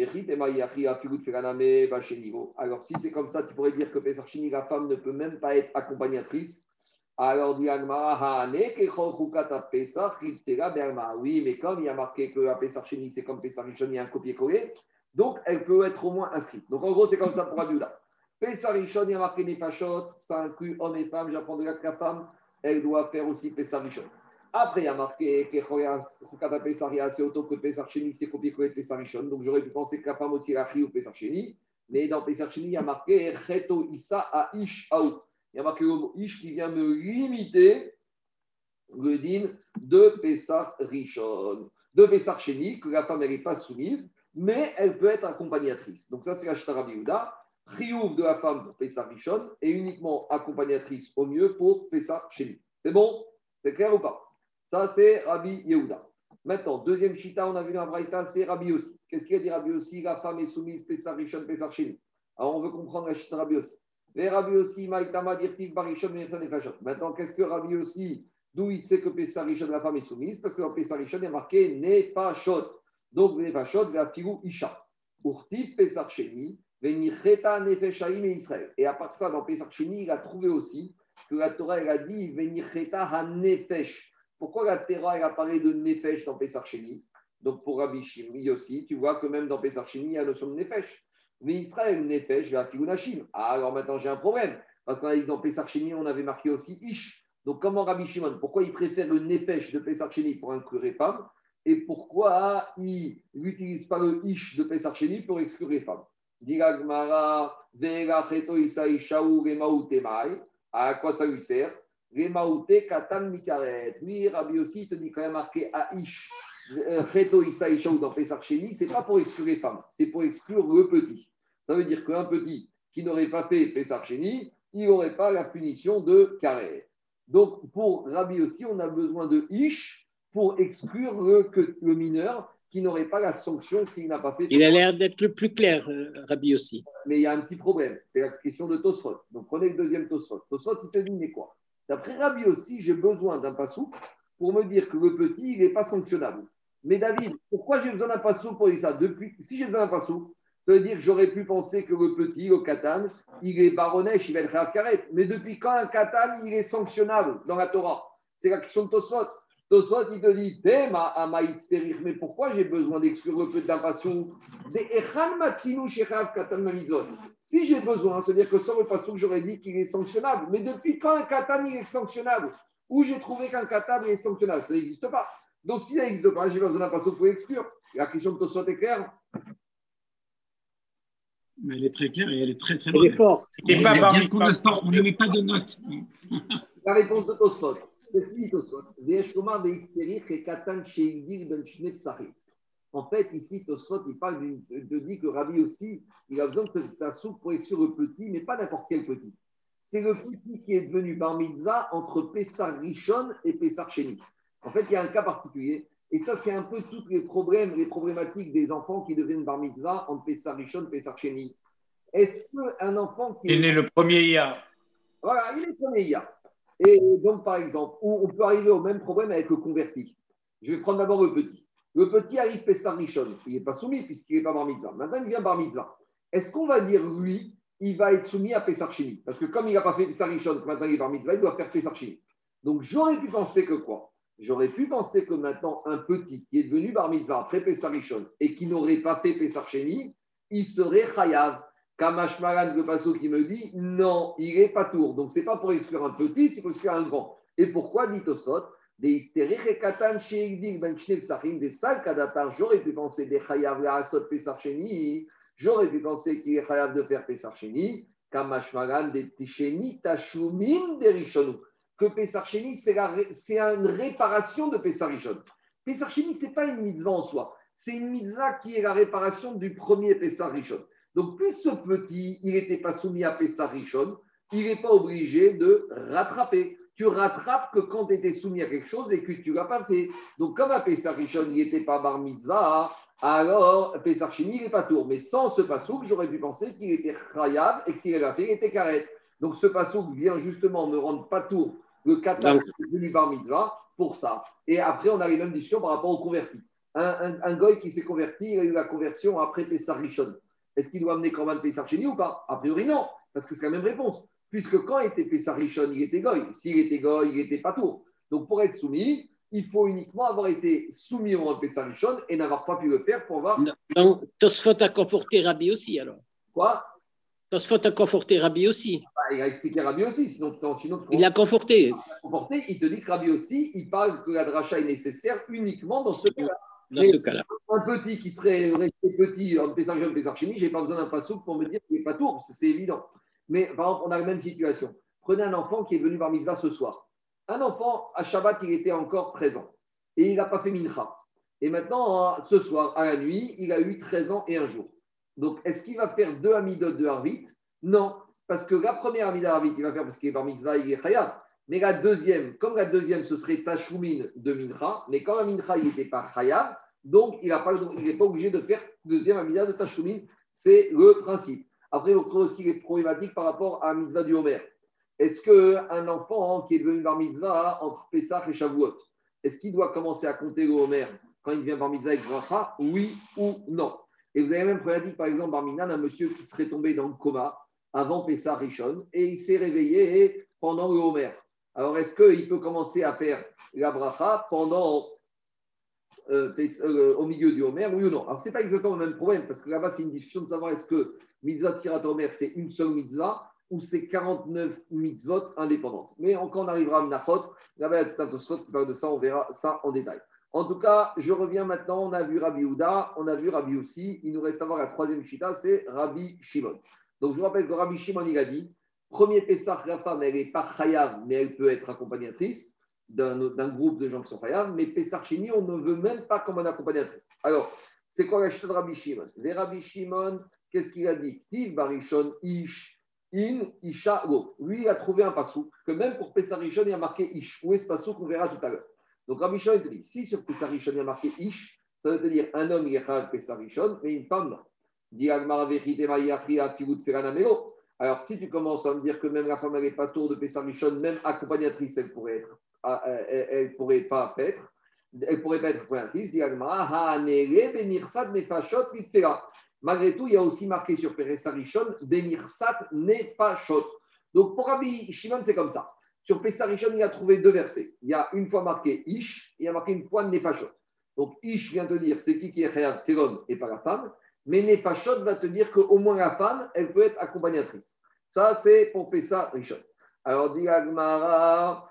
Speaker 1: Alors, si c'est comme ça, tu pourrais dire que Pessah Sheni, la femme ne peut même pas être accompagnatrice. Alors, dit Agmara, oui, mais comme il y a marqué que à Pessah Sheni, c'est comme Pessah Rishon, il y a un copier-coller, donc elle peut être au moins inscrite. Donc, en gros, c'est comme ça pour Rabbi Yehuda. Pessah Rishon, il y a marqué Nefashot, ça inclut hommes et femmes. J'apprends de là que la femme, elle doit faire aussi Pessah Rishon. Après, il y a marqué que Pessah c'est autant que Pessah Sheni, c'est copier-coller de Pessah Rishon. Donc, j'aurais pu penser que la femme aussi a pris au Pessah Sheni. Mais dans Pessah Sheni, il y a marqué Cheto Issa a Ish Aou. Il y a marqué le mot Ish qui vient me limiter le din de Pessah Rishon. De Pessah Sheni, que la femme, elle n'est pas soumise, mais elle peut être accompagnatrice. Donc, ça, c'est la Shita Rabbi Yehuda. Triouf de la femme pour Pessah Rishon et uniquement accompagnatrice au mieux pour Pessah Sheni. C'est bon? C'est clair ou pas? Ça, c'est Rabbi Yehuda. Maintenant, deuxième chita, on a vu dans la Braïta, c'est Rabbi Yossi. Qu'est-ce qu'il a dit Rabbi Yossi? La femme est soumise Pessah Rishon, Pessah Sheni. Alors, on veut comprendre la chita Rabbi Yossi. Les Rabbi Yossi, Maïtama, Dirtiv, Barishon, Mersan et Fashon. Maintenant, qu'est-ce que Rabbi Yossi, d'où il sait que Pessah Rishon, la femme est soumise? Parce que dans Pessah Rishon, il y a marqué Nefashot. Donc, Nefashot, Ve'afigu Isha. Urtiv, Pessah Sheni. Et à part ça, dans Pesach Sheni, il a trouvé aussi que la Torah elle a dit Venicheta ha-nefesh. Pourquoi la Torah elle a parlé de nefesh dans Pesach Sheni? Donc pour Rabbi Shimi aussi, tu vois que même dans Pesach Sheni, il y a la notion de nefesh. Mais Israël, nefesh, ve'afigunashim. Ah, alors maintenant j'ai un problème. Parce qu'on a dit que dans Pesach Sheni, on avait marqué aussi ish. Donc comment Rabbi Shimon, pourquoi il préfère le nefesh de Pesach Sheni pour inclure les femmes? Et pourquoi il n'utilise pas le ish de Pesach Sheni pour exclure les femmes? À quoi ça lui sert? Oui, Rabbi aussi te dit quand même marqué Aish, Cheto Issa Ishaou dans Pesach Sheni, c'est pas pour exclure les femmes, c'est pour exclure le petit. Ça veut dire qu'un petit qui n'aurait pas fait Pesach Sheni, il n'aurait pas la punition de Karet. Donc pour Rabbi aussi, on a besoin de Ish pour exclure le mineur qui n'aurait pas la sanction s'il n'a pas fait.
Speaker 2: Il a l'air d'être le plus clair, Rabbi aussi.
Speaker 1: Mais il y a un petit problème, c'est la question de Tosfot. Donc prenez le deuxième Tosfot. Tosfot, il te dit, mais quoi? D'après Rabbi aussi, j'ai besoin d'un passouk pour me dire que le petit, il n'est pas sanctionnable. Mais David, pourquoi j'ai besoin d'un passouk pour dire ça? Si j'ai besoin d'un passouk, ça veut dire que j'aurais pu penser que le petit, le katan, il est baronèche, il va être à karet. Mais depuis quand un katan, il est sanctionnable dans la Torah? C'est la question de Tosfot. Tosfot, il te dit, mais pourquoi j'ai besoin d'exclure le petit d'un passouk? Si j'ai besoin, c'est-à-dire que sans le passouk, j'aurais dit qu'il est sanctionnable. Mais depuis quand un katan, il est sanctionnable? Où j'ai trouvé qu'un katan, il est sanctionnable? Ça n'existe pas. Donc, si ça n'existe pas, j'ai besoin d'un passouk pour l'exclure. La question de Tosfot est claire.
Speaker 4: Mais elle est très claire et elle est très très bonne.
Speaker 2: Elle est forte.
Speaker 4: On ne met pas de notes.
Speaker 1: La réponse de Tosfot. En fait, ici, Tosfot, il parle de dire que Rabbi aussi, il a besoin de ce tassouk pour exclure le petit, mais pas n'importe quel petit. C'est le petit qui est devenu bar mitzvah entre Pessah Rishon et Pessah Sheni. En fait, il y a un cas particulier, et ça, c'est un peu tous les problématiques des enfants qui deviennent bar mitzvah entre Pessah Rishon et Pessah Sheni. Est-ce qu'un enfant qui
Speaker 3: est né le premier Iyar?
Speaker 1: Voilà, il est le premier Iyar. Et donc, par exemple, on peut arriver au même problème avec le converti. Je vais prendre d'abord le petit. Le petit arrive Pessah Rishon. Il n'est pas soumis puisqu'il n'est pas bar mitzvah. Maintenant, il vient bar mitzvah. Est-ce qu'on va dire, lui, il va être soumis à Pessah Sheni? Parce que comme il n'a pas fait Pessah Rishon, maintenant il est bar mitzvah, il doit faire Pessah Sheni. Donc, j'aurais pu penser que quoi? J'aurais pu penser que maintenant, un petit qui est devenu bar mitzvah après Pessah Rishon et qui n'aurait pas fait Pessah Sheni, il serait chayav. Kamashmaran, le passo qui me dit non, il n'est pas tour. Donc, ce n'est pas pour exclure un petit, c'est pour exclure un grand. Et pourquoi, dit Tosfot, des hystériques et katan chez ben Sachim, des sales kadatar, j'aurais pu penser des chayav la asot Pessah Sheni, j'aurais pu penser qu'il est chayav de faire Pessah Sheni, Kamashmaran, des ticheni, tashumin, des rishonou. Que Pessah Sheni, c'est une réparation de Pessah Rishon. Pessah Sheni, ce n'est pas une mitzvah en soi, c'est une mitzvah qui est la réparation du premier Pessah Rishon. Donc, puisque ce petit, il n'était pas soumis à Pessah Rishon, il n'est pas obligé de rattraper. Tu rattrapes que quand tu étais soumis à quelque chose et que tu ne l'as pas fait. Donc, comme à Pessah Rishon, il n'était pas bar mitzvah, alors Pessah Sheni, il n'est pas tour. Mais sans ce pasouk, j'aurais pu penser qu'il était chayav et que s'il avait fait, il était karet. Donc, ce pasouk vient justement me rendre pas tour le katan du bar mitzvah pour ça. Et après, on a les mêmes discussions par rapport au converti. Un goy qui s'est converti, il a eu la conversion après Pessah Rishon. Est-ce qu'il doit amener Korban Pessah Sheni ou pas? A priori, non, parce que c'est la même réponse. Puisque quand était Pessah Rishon, il était goy. S'il était goy, il n'était pas tour. Donc, pour être soumis, il faut uniquement avoir été soumis au Pessah Rishon et n'avoir pas pu le faire pour voir.
Speaker 2: Donc, Tosfot a conforté Rabbi aussi, alors.
Speaker 1: Quoi?
Speaker 2: Tosfot a conforté Rabbi aussi.
Speaker 1: Il a expliqué Rabbi aussi. Sinon
Speaker 2: il l'a conforté.
Speaker 1: Il te dit que Rabbi aussi, il parle que la dracha est nécessaire uniquement dans ce cas-là.
Speaker 2: Dans ce cas-là.
Speaker 1: Un petit qui serait resté petit en Pessah Rishon, Pessah Sheni, je n'ai pas besoin d'un pasouk pour me dire qu'il n'est pas tour, c'est évident. Mais par exemple, on a la même situation. Prenez un enfant qui est venu bar mitzvah ce soir. Un enfant, à Shabbat, il était encore 13 ans. Et il n'a pas fait mincha. Et maintenant, ce soir, à la nuit, il a eu 13 ans et un jour. Donc, est-ce qu'il va faire 2 amidot de Harvit Non, parce que la première Amida Ravit, il va faire parce qu'il est bar mitzvah, il est chayav. Mais la deuxième, comme la deuxième, ce serait Tashoumin de Mincha, mais quand la Mincha, il n'était pas chayav, donc il n'est pas obligé de faire deuxième Amida de Tashoumin. C'est le principe. Après, on trouve aussi les problématiques par rapport à la mitzvah du Homer. Est-ce qu'un enfant qui est devenu bar mitzvah entre Pessah et Shavuot, est-ce qu'il doit commencer à compter le Homer quand il devient bar mitzvah avec bracha, oui ou non? Et vous avez même problématique, par exemple, bar minan, un monsieur qui serait tombé dans le coma avant Pessah Rishon et il s'est réveillé pendant le Homer. Alors, est-ce qu'il peut commencer à faire la bracha pendant au milieu du Homer, oui ou non? Alors, ce n'est pas exactement le même problème, parce que là-bas, c'est une discussion de savoir est-ce que mitzvah Tirat Homer, c'est une seule mitzvah ou c'est 49 mitzvot indépendantes. Mais quand on arrivera à Menachot, là-bas, il y a tout un Tosfot qui parle de ça, on verra ça en détail. En tout cas, je reviens maintenant, on a vu Rabbi Houda, on a vu Rabbi aussi, il nous reste à voir la troisième chita, c'est Rabbi Shimon. Donc, je vous rappelle que Rabbi Shimon, il a dit, premier Pessah, la femme, elle n'est pas chayav, mais elle peut être accompagnatrice d'un groupe de gens qui sont chayav, mais Pessah Sheni, on ne veut même pas comme une accompagnatrice. Alors, c'est quoi la chita de Rabbi Shimon? Les Rabbi Shimon, qu'est-ce qu'il a dit? Tiv barishon ish in isha go. Lui, il a trouvé un passouk, que même pour Pessah Rishon, il y a marqué ish. Où est ce passouk? On verra tout à l'heure. Donc, Rabbi Shimon, il dit, si sur Pessah Rishon, il y a marqué ish, ça veut dire un homme, il est chayav Pessah Rishon, mais une femme, non. Alors, si tu commences à me dire que même la femme, elle n'est pas tour de Pessah Rishon, même accompagnatrice, elle pourrait être, elle pourrait pas être accompagnatrice, malgré tout, il y a aussi marqué sur Pessah Rishon, Bemirsat Nefashot. Donc, pour Rabbi Shimon, c'est comme ça. Sur Pessah Rishon, il a trouvé deux versets. Il y a une fois marqué Ish, et il y a marqué une fois Nefashot. Donc, Ish vient te dire c'est qui est chayav, c'est l'homme et pas la femme. Mais Nefashot va te dire qu'au moins la femme, elle peut être accompagnatrice. Ça, c'est pour Pessah Rishon. Alors, dit Agmara,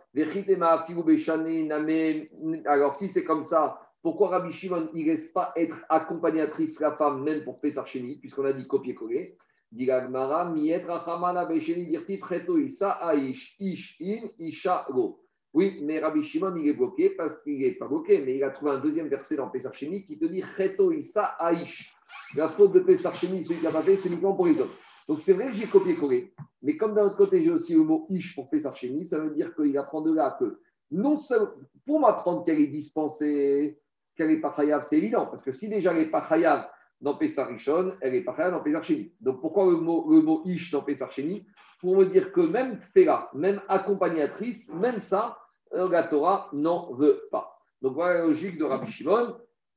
Speaker 1: alors si c'est comme ça, pourquoi Rabbi Shimon ne laisse pas être accompagnatrice la femme, même pour Pessah Sheni, puisqu'on a dit copier-coller? Dit Agmara, Miet Rachamana Besheni Dirtif Reto Issa Aish, Ish In, Isha Go. Oui, mais Rabbi Shimon, il est bloqué parce qu'il n'est pas bloqué, mais il a trouvé un deuxième verset dans Pessah Sheni qui te dit Reto Issa Aish. La faute de Pessah Sheni, celui qui n'a pas fait, c'est uniquement pour les hommes. Donc c'est vrai que j'ai copié-collé, mais comme d'un autre côté, j'ai aussi le mot Ish pour Pessah Sheni, ça veut dire qu'il apprend de là que non seulement pour m'apprendre qu'elle est dispensée, qu'elle n'est pas chayav, c'est évident, parce que si déjà elle n'est pas chayav dans Pessah Rishon, elle n'est pas chayav dans Pessah Sheni. Donc pourquoi le mot Ish dans Pessah Sheni? Pour me dire que même Tfera, même accompagnatrice, même ça, la Torah n'en veut pas. Donc voilà la logique de Rabbi Shimon.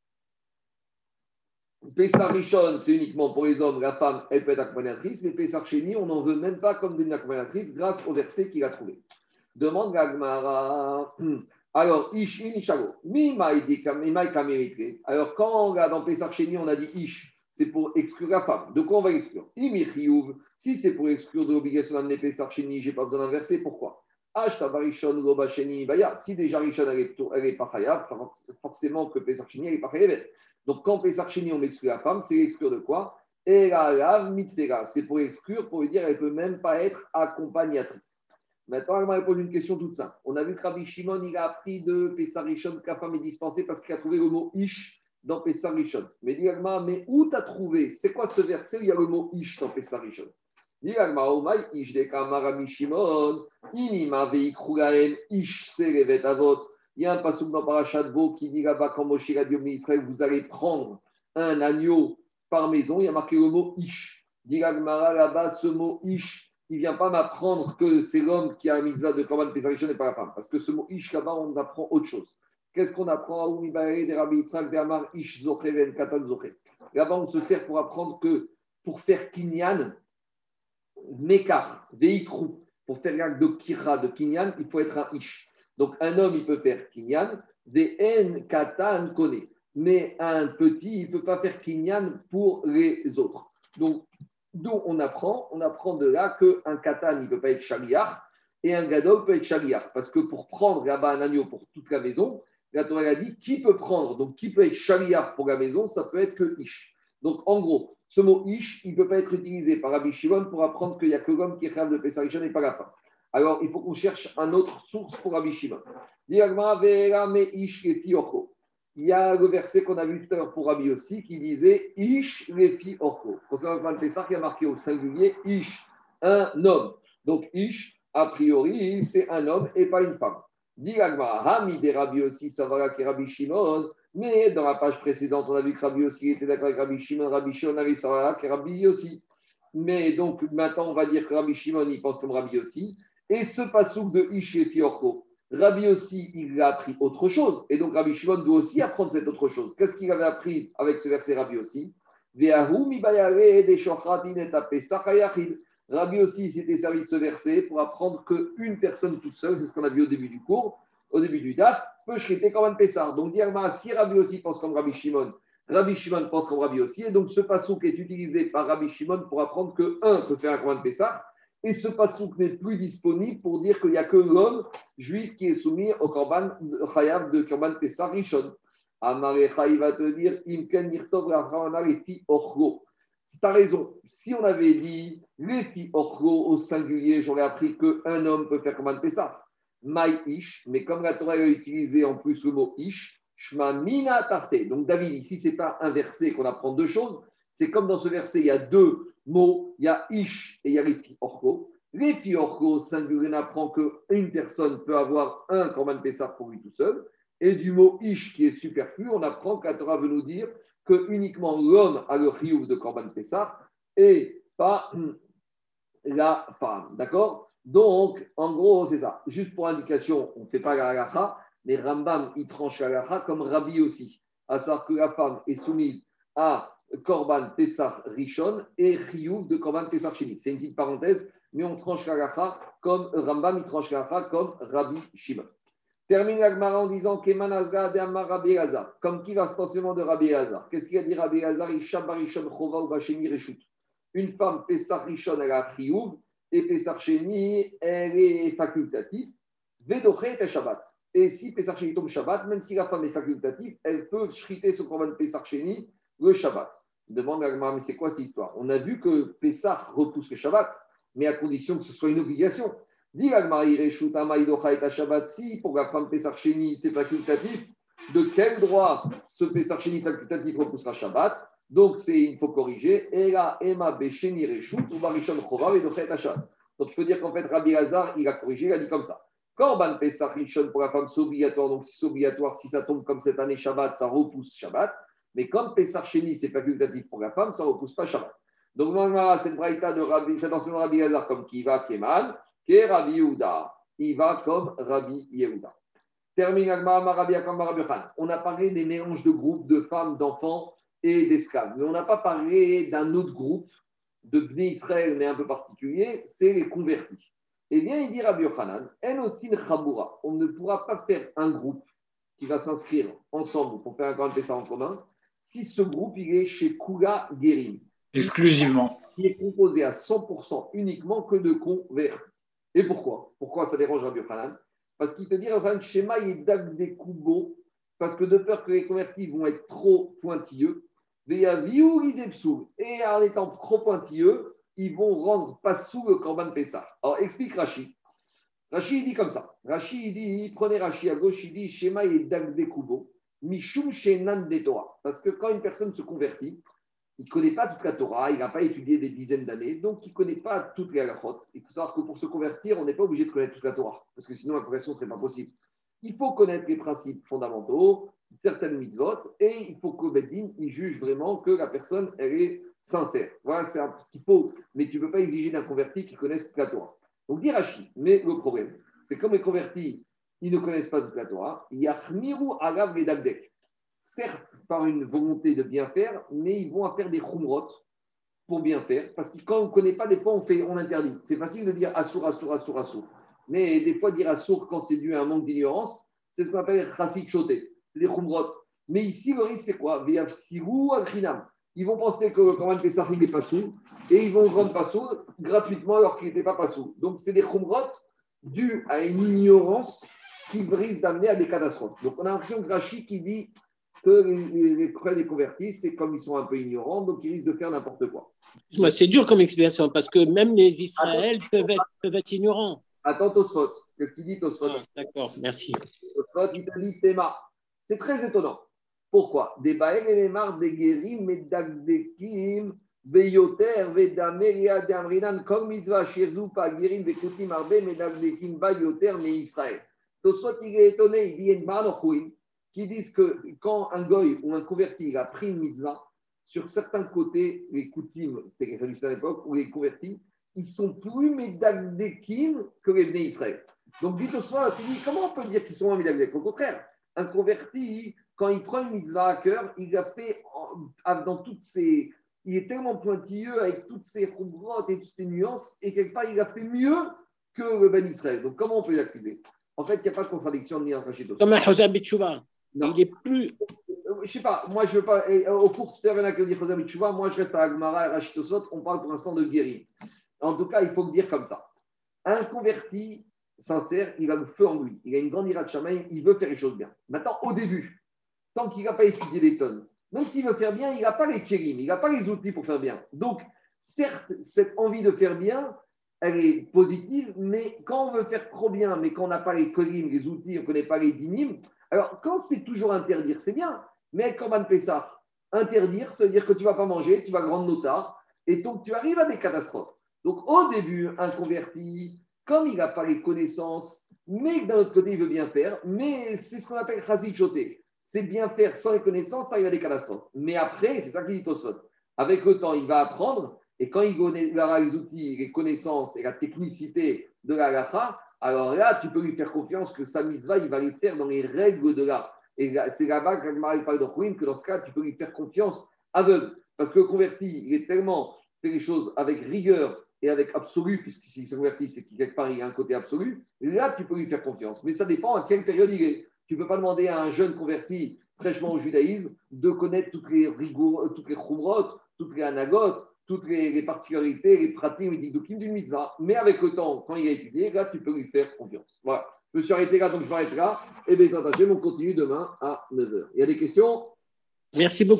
Speaker 1: Pessah Rishon, c'est uniquement pour les hommes, la femme, elle peut être accompagnatrice, mais Pessah Sheni, on n'en veut même pas comme d'une accompagnatrice grâce au verset qu'il a trouvé. Demande Gagmara. Alors, Ish, In, Ishago. Alors, quand dans Pessah Sheni, on a dit Ish, c'est pour exclure la femme. De quoi on va l'exclure? Si c'est pour exclure de l'obligation d'amener Pessah Sheni, je n'ai pas besoin d'un verset. Pourquoi? Si déjà Rishon, elle n'est pas chayav, forcément que Pessah Sheni, elle n'est pas chayav. Donc, quand Pessah Sheni, on exclut la femme, c'est l'exclure de quoi? Et la mitfera, c'est pour exclure, pour lui dire qu'elle ne peut même pas être accompagnatrice. Maintenant, elle m'a répondu une question toute simple. On a vu que Rabbi Shimon, il a appris de Pessah Rishon que la femme est dispensée parce qu'il a trouvé le mot Ish dans Pessah Rishon. Mais dis mais où tu as trouvé? C'est quoi ce verset où il y a le mot Ish dans Pessah Rishon? Dis Omay, Ish de Kama Rabbi Shimon, Inima Veikroulaem, Ish Serevet Avot. Il y a un passouk dans Parashat Bo qui dit là-bas, quand Moshe a dit au Israël, vous allez prendre un agneau par maison, il y a marqué le mot Ish. Dit là-bas, ce mot Ish, il ne vient pas m'apprendre que c'est l'homme qui a un mitzvah de Korban Pessah Rishon et pas la femme. Parce que ce mot Ish, là-bas, on apprend autre chose. Qu'est-ce qu'on apprend? Là-bas, on se sert pour apprendre que pour faire kinyan, mekar, veikrou, pour faire l'acte de kira, de kinyan, il faut être un Ish. Donc, un homme, il peut faire kinyan, des en katan kone. Mais un petit, il ne peut pas faire kinyan pour les autres. Donc, d'où on apprend de là qu'un katan, il ne peut pas être shaliach, et un gadol peut être shaliach. Parce que pour prendre là-bas un agneau pour toute la maison, la Torah a dit qui peut prendre, donc qui peut être shaliach pour la maison, ça peut être que ish. Donc, en gros, ce mot ish, il ne peut pas être utilisé par Rabbi Shimon pour apprendre qu'il n'y a que l'homme qui est capable de Pessah Rishon et pas la femme. Alors, il faut qu'on cherche une autre source pour Rabbi Shimon. Il y a le verset qu'on a vu tout à l'heure pour Rabbi aussi qui disait Ish lefi orko. Concernant le Pessah, qui a marqué au singulier Ish un homme. Donc, Ish, a priori, c'est un homme et pas une femme. Dit l'Agmara, Hami des Rabbi aussi, Savara qui Rabbi Shimon. Mais dans la page précédente, on a vu que Rabbi aussi était d'accord avec Rabbi Shimon avait Savara qui Rabbi aussi. Mais donc, maintenant, on va dire que Rabbi Shimon, il pense comme Rabbi aussi. Et ce pasouk de Ish et Fiorko, Rabbi aussi, il a appris autre chose. Et donc, Rabbi Shimon doit aussi apprendre cette autre chose. Qu'est-ce qu'il avait appris avec ce verset Rabbi aussi? Rabbi aussi s'était servi de ce verset pour apprendre qu'une personne toute seule, c'est ce qu'on a vu au début du cours, au début du DAF, peut shriter comme un Pessar. Donc, dire, si Rabbi aussi pense comme Rabbi Shimon pense comme Rabbi aussi. Et donc, ce passouk est utilisé par Rabbi Shimon pour apprendre qu'un peut faire un Korban Pessah. Et ce passouk n'est plus disponible pour dire qu'il n'y a que l'homme juif qui est soumis au Korban Chayav de Korban Pessah Rishon. Amarecha, il va te dire, Imken Nirtov Lefi Orgo. Tu as raison. Si on avait dit Lefi Orgo au singulier, j'aurais appris qu'un homme peut faire Korban Pessah. Maï Ish, mais comme la Torah a utilisé en plus le mot Ish, Shma Mina Tarte. Donc David, ici, ce n'est pas un verset qu'on apprend deux choses. C'est comme dans ce verset, il y a deux mots, il y a Ish et il y a Lefi Orgo. Lefi Orgo, singulier, on apprend qu'une personne peut avoir un Korban Pessah pour lui tout seul. Et du mot Ish qui est superflu, on apprend que la Torah veut nous dire que uniquement l'homme a le chiyuv de Korban Pessah et pas la femme. D'accord? Donc, en gros, c'est ça. Juste pour indication, on ne fait pas la halacha, mais Rambam, il tranche la halacha comme Rabbi aussi. À savoir que la femme est soumise à Korban Pessah Rishon et chiyuv de Korban Pessah Sheni. C'est une petite parenthèse, mais on tranche la halacha comme Rambam, il tranche la halacha comme Rabbi Shimon. Termine l'Agmara en disant Kemanazga de Amar Rabbi Elazar. Comme qui va stationnement de Rabbi Elazar? Qu'est-ce qu'il a dit Rabbi Elazar? Isham Barishon Chova ou Basheni Reshut. Une femme, Pessah Rishon, elle a Chiyuv, et Pessah Sheni, elle est facultative. Vedochet et Shabbat. Et si Pessah Sheni tombe Shabbat, même si la femme est facultative, elle peut shriter son Korban Pessah Sheni le Shabbat. Demande l'Agmara, mais c'est quoi cette histoire? On a vu que Pessah repousse le Shabbat, mais à condition que ce soit une obligation. Dit si pour la femme Pessah Sheni, c'est facultatif, de quel droit ce Pessah Sheni facultatif repoussera Shabbat? Donc, il faut corriger. Donc, il faut dire qu'en fait, Rabbi Lazar, il a corrigé, il a dit comme ça. Korban Pessah Rishon pour la femme, c'est obligatoire. Donc, si c'est obligatoire, si ça tombe comme cette année Shabbat, ça repousse Shabbat. Mais comme Pessah Sheni, c'est facultatif pour la femme, ça ne repousse pas Shabbat. Donc, normalement, c'est une braïta de Rabbi, c'est dans Rabbi Lazar comme qui va, qui est mal. Que Rabbi Yehuda, il va comme Rabbi Yehuda. Termine Rabbi Akam Rabbi Khan. On a parlé des mélanges de groupes de femmes, d'enfants et d'esclaves. Mais on n'a pas parlé d'un autre groupe de Bnei Israël, mais un peu particulier, c'est les convertis. Eh bien, il dit Rabbi Yochanan, En Osin Chaboura, on ne pourra pas faire un groupe qui va s'inscrire ensemble pour faire un grand Pessah en commun si ce groupe il est chez Kula Gerim.
Speaker 3: Exclusivement.
Speaker 1: Qui est composé à 100% uniquement que de convertis. Et pourquoi? Pourquoi ça dérange Rabbi Yochanan? Parce qu'il te dit, Rabbi Shema est des kubo, parce que de peur que les convertis vont être trop pointilleux, et en étant trop pointilleux, ils vont rendre pas sous le Korban Pessah. Alors explique Rashi. Rashi il dit comme ça. Rashi il dit, prenez Rashi à gauche, il dit Shema est des kubo, mishum shenan de Torah. Parce que quand une personne se convertit, il ne connaît pas toute la Torah, il n'a pas étudié des dizaines d'années, donc il ne connaît pas toutes les halachot. Il faut savoir que pour se convertir, on n'est pas obligé de connaître toute la Torah, parce que sinon la conversion ne serait pas possible. Il faut connaître les principes fondamentaux, certaines mitzvot, et il faut que Beddin il juge vraiment que la personne elle est sincère. Voilà, c'est ce qu'il faut, mais tu ne peux pas exiger d'un converti qu'il connaisse toute la Torah. Donc dit Rashi, mais le problème, c'est comme les convertis, ils ne connaissent pas toute la Torah, yachmiru agav ledagdek. Certes, par une volonté de bien faire, mais ils vont faire des khumrot pour bien faire. Parce que quand on ne connaît pas, des fois, on interdit. C'est facile de dire assour, assour, assour, assour. Mais des fois, dire assour quand c'est dû à un manque d'ignorance, c'est ce qu'on appelle chassid choté. C'est des khumrot. Mais ici, le risque, c'est quoi? Ils vont penser que le Korban Pessah n'est pas sous et ils vont rendre pas sous gratuitement alors qu'il n'était pas sous. Donc, c'est des khumrot dus à une ignorance qui risque d'amener à des catastrophes. Donc, on a l'impression que Rashi qui dit que les convertis, c'est comme ils sont un peu ignorants, donc ils risquent de faire n'importe quoi.
Speaker 2: C'est dur comme explication, parce que même les Israël peuvent être ignorants.
Speaker 1: Attends Tosfot, qu'est-ce qu'il dit Tosfot?
Speaker 2: D'accord, merci.
Speaker 1: Tosfot, il te dit Théma. C'est très étonnant. Pourquoi? Des Baël et Mémar, des Guérim, et Dagdekim, Veyoter, Vedameria, Damrinan, Kol Mitzvah, Shirzu, Pagirim, Vekutim, Arbe, Medavdekim, Bayoter, Mais Israël. Tosot, il est étonné, il dit une Baranochui, qui disent que quand un goy ou un converti il a pris une mitzvah, sur certains côtés, les Koutim, c'était les Khadushim à l'époque, ou les convertis, ils sont plus Medavdekim que les Bnei Israël. Donc, dit Tosot, tu dis, comment on peut dire qu'ils sont moins Medavdekim? Au contraire, un converti, quand il prend une mitzvah à cœur, il a fait dans toutes ses. Il est tellement pointilleux avec toutes ses rougrottes et toutes ses nuances, et quelque part, il a fait mieux que le Ben Israël. Donc, comment on peut l'accuser? En fait, il n'y a pas de contradiction ni entre chez
Speaker 2: Comme un Chosam Bitchouva. Il est plus.
Speaker 1: Je ne sais pas, moi, je ne veux pas. Au cours, tout à l'heure, il y en a qui disent Chosam Bitchouva. Moi, je reste à Agmara et Rachid Tosot. On parle pour l'instant de guérir. En tout cas, il faut le dire comme ça. Un converti sincère, il a le feu en lui. Il a une grande ira de Shamaïm, il veut faire les choses bien. Maintenant, au début, tant qu'il n'a pas étudié les tonnes, même s'il veut faire bien, il n'a pas les kérim, il n'a pas les outils pour faire bien. Donc, certes, cette envie de faire bien, elle est positive, mais quand on veut faire trop bien, mais qu'on n'a pas les kérim, les outils, on ne connaît pas les dinim, alors quand c'est toujours interdire, c'est bien. Mais comme on fait ça, interdire, ça veut dire que tu ne vas pas manger, tu vas rendre notard, et donc tu arrives à des catastrophes. Donc, au début, un converti, comme il n'a pas les connaissances, mais que d'un autre côté, il veut bien faire, mais c'est ce qu'on appelle chazit choté. C'est bien faire sans les connaissances, ça il y a des catastrophes. Mais après, c'est ça qu'il dit Tosot. Avec le temps, il va apprendre, et quand il aura les outils, les connaissances et la technicité de la halakha, alors là, tu peux lui faire confiance que sa mitzvah, il va les faire dans les règles de l'art. Et là, c'est là-bas, quand Marie parle de Chouin, que dans ce cas, tu peux lui faire confiance aveugle. Parce que le converti, il est tellement fait les choses avec rigueur et avec absolu, puisque s'il s'est converti, c'est qu'il quelque part, il y a un côté absolu. Là, tu peux lui faire confiance. Mais ça dépend à quelle période il est. Tu ne peux pas demander à un jeune converti fraîchement au judaïsme de connaître toutes les rigours, toutes les khumrot, toutes les anagotes, toutes les particularités, les pratiques, les didokim d'une mitzvah. Mais avec le temps, quand il a étudié, là, tu peux lui faire confiance. Voilà. Je me suis arrêté là, donc je m'arrête là. Et bien, on continue demain à 9h. Il y a des questions?
Speaker 2: Merci beaucoup.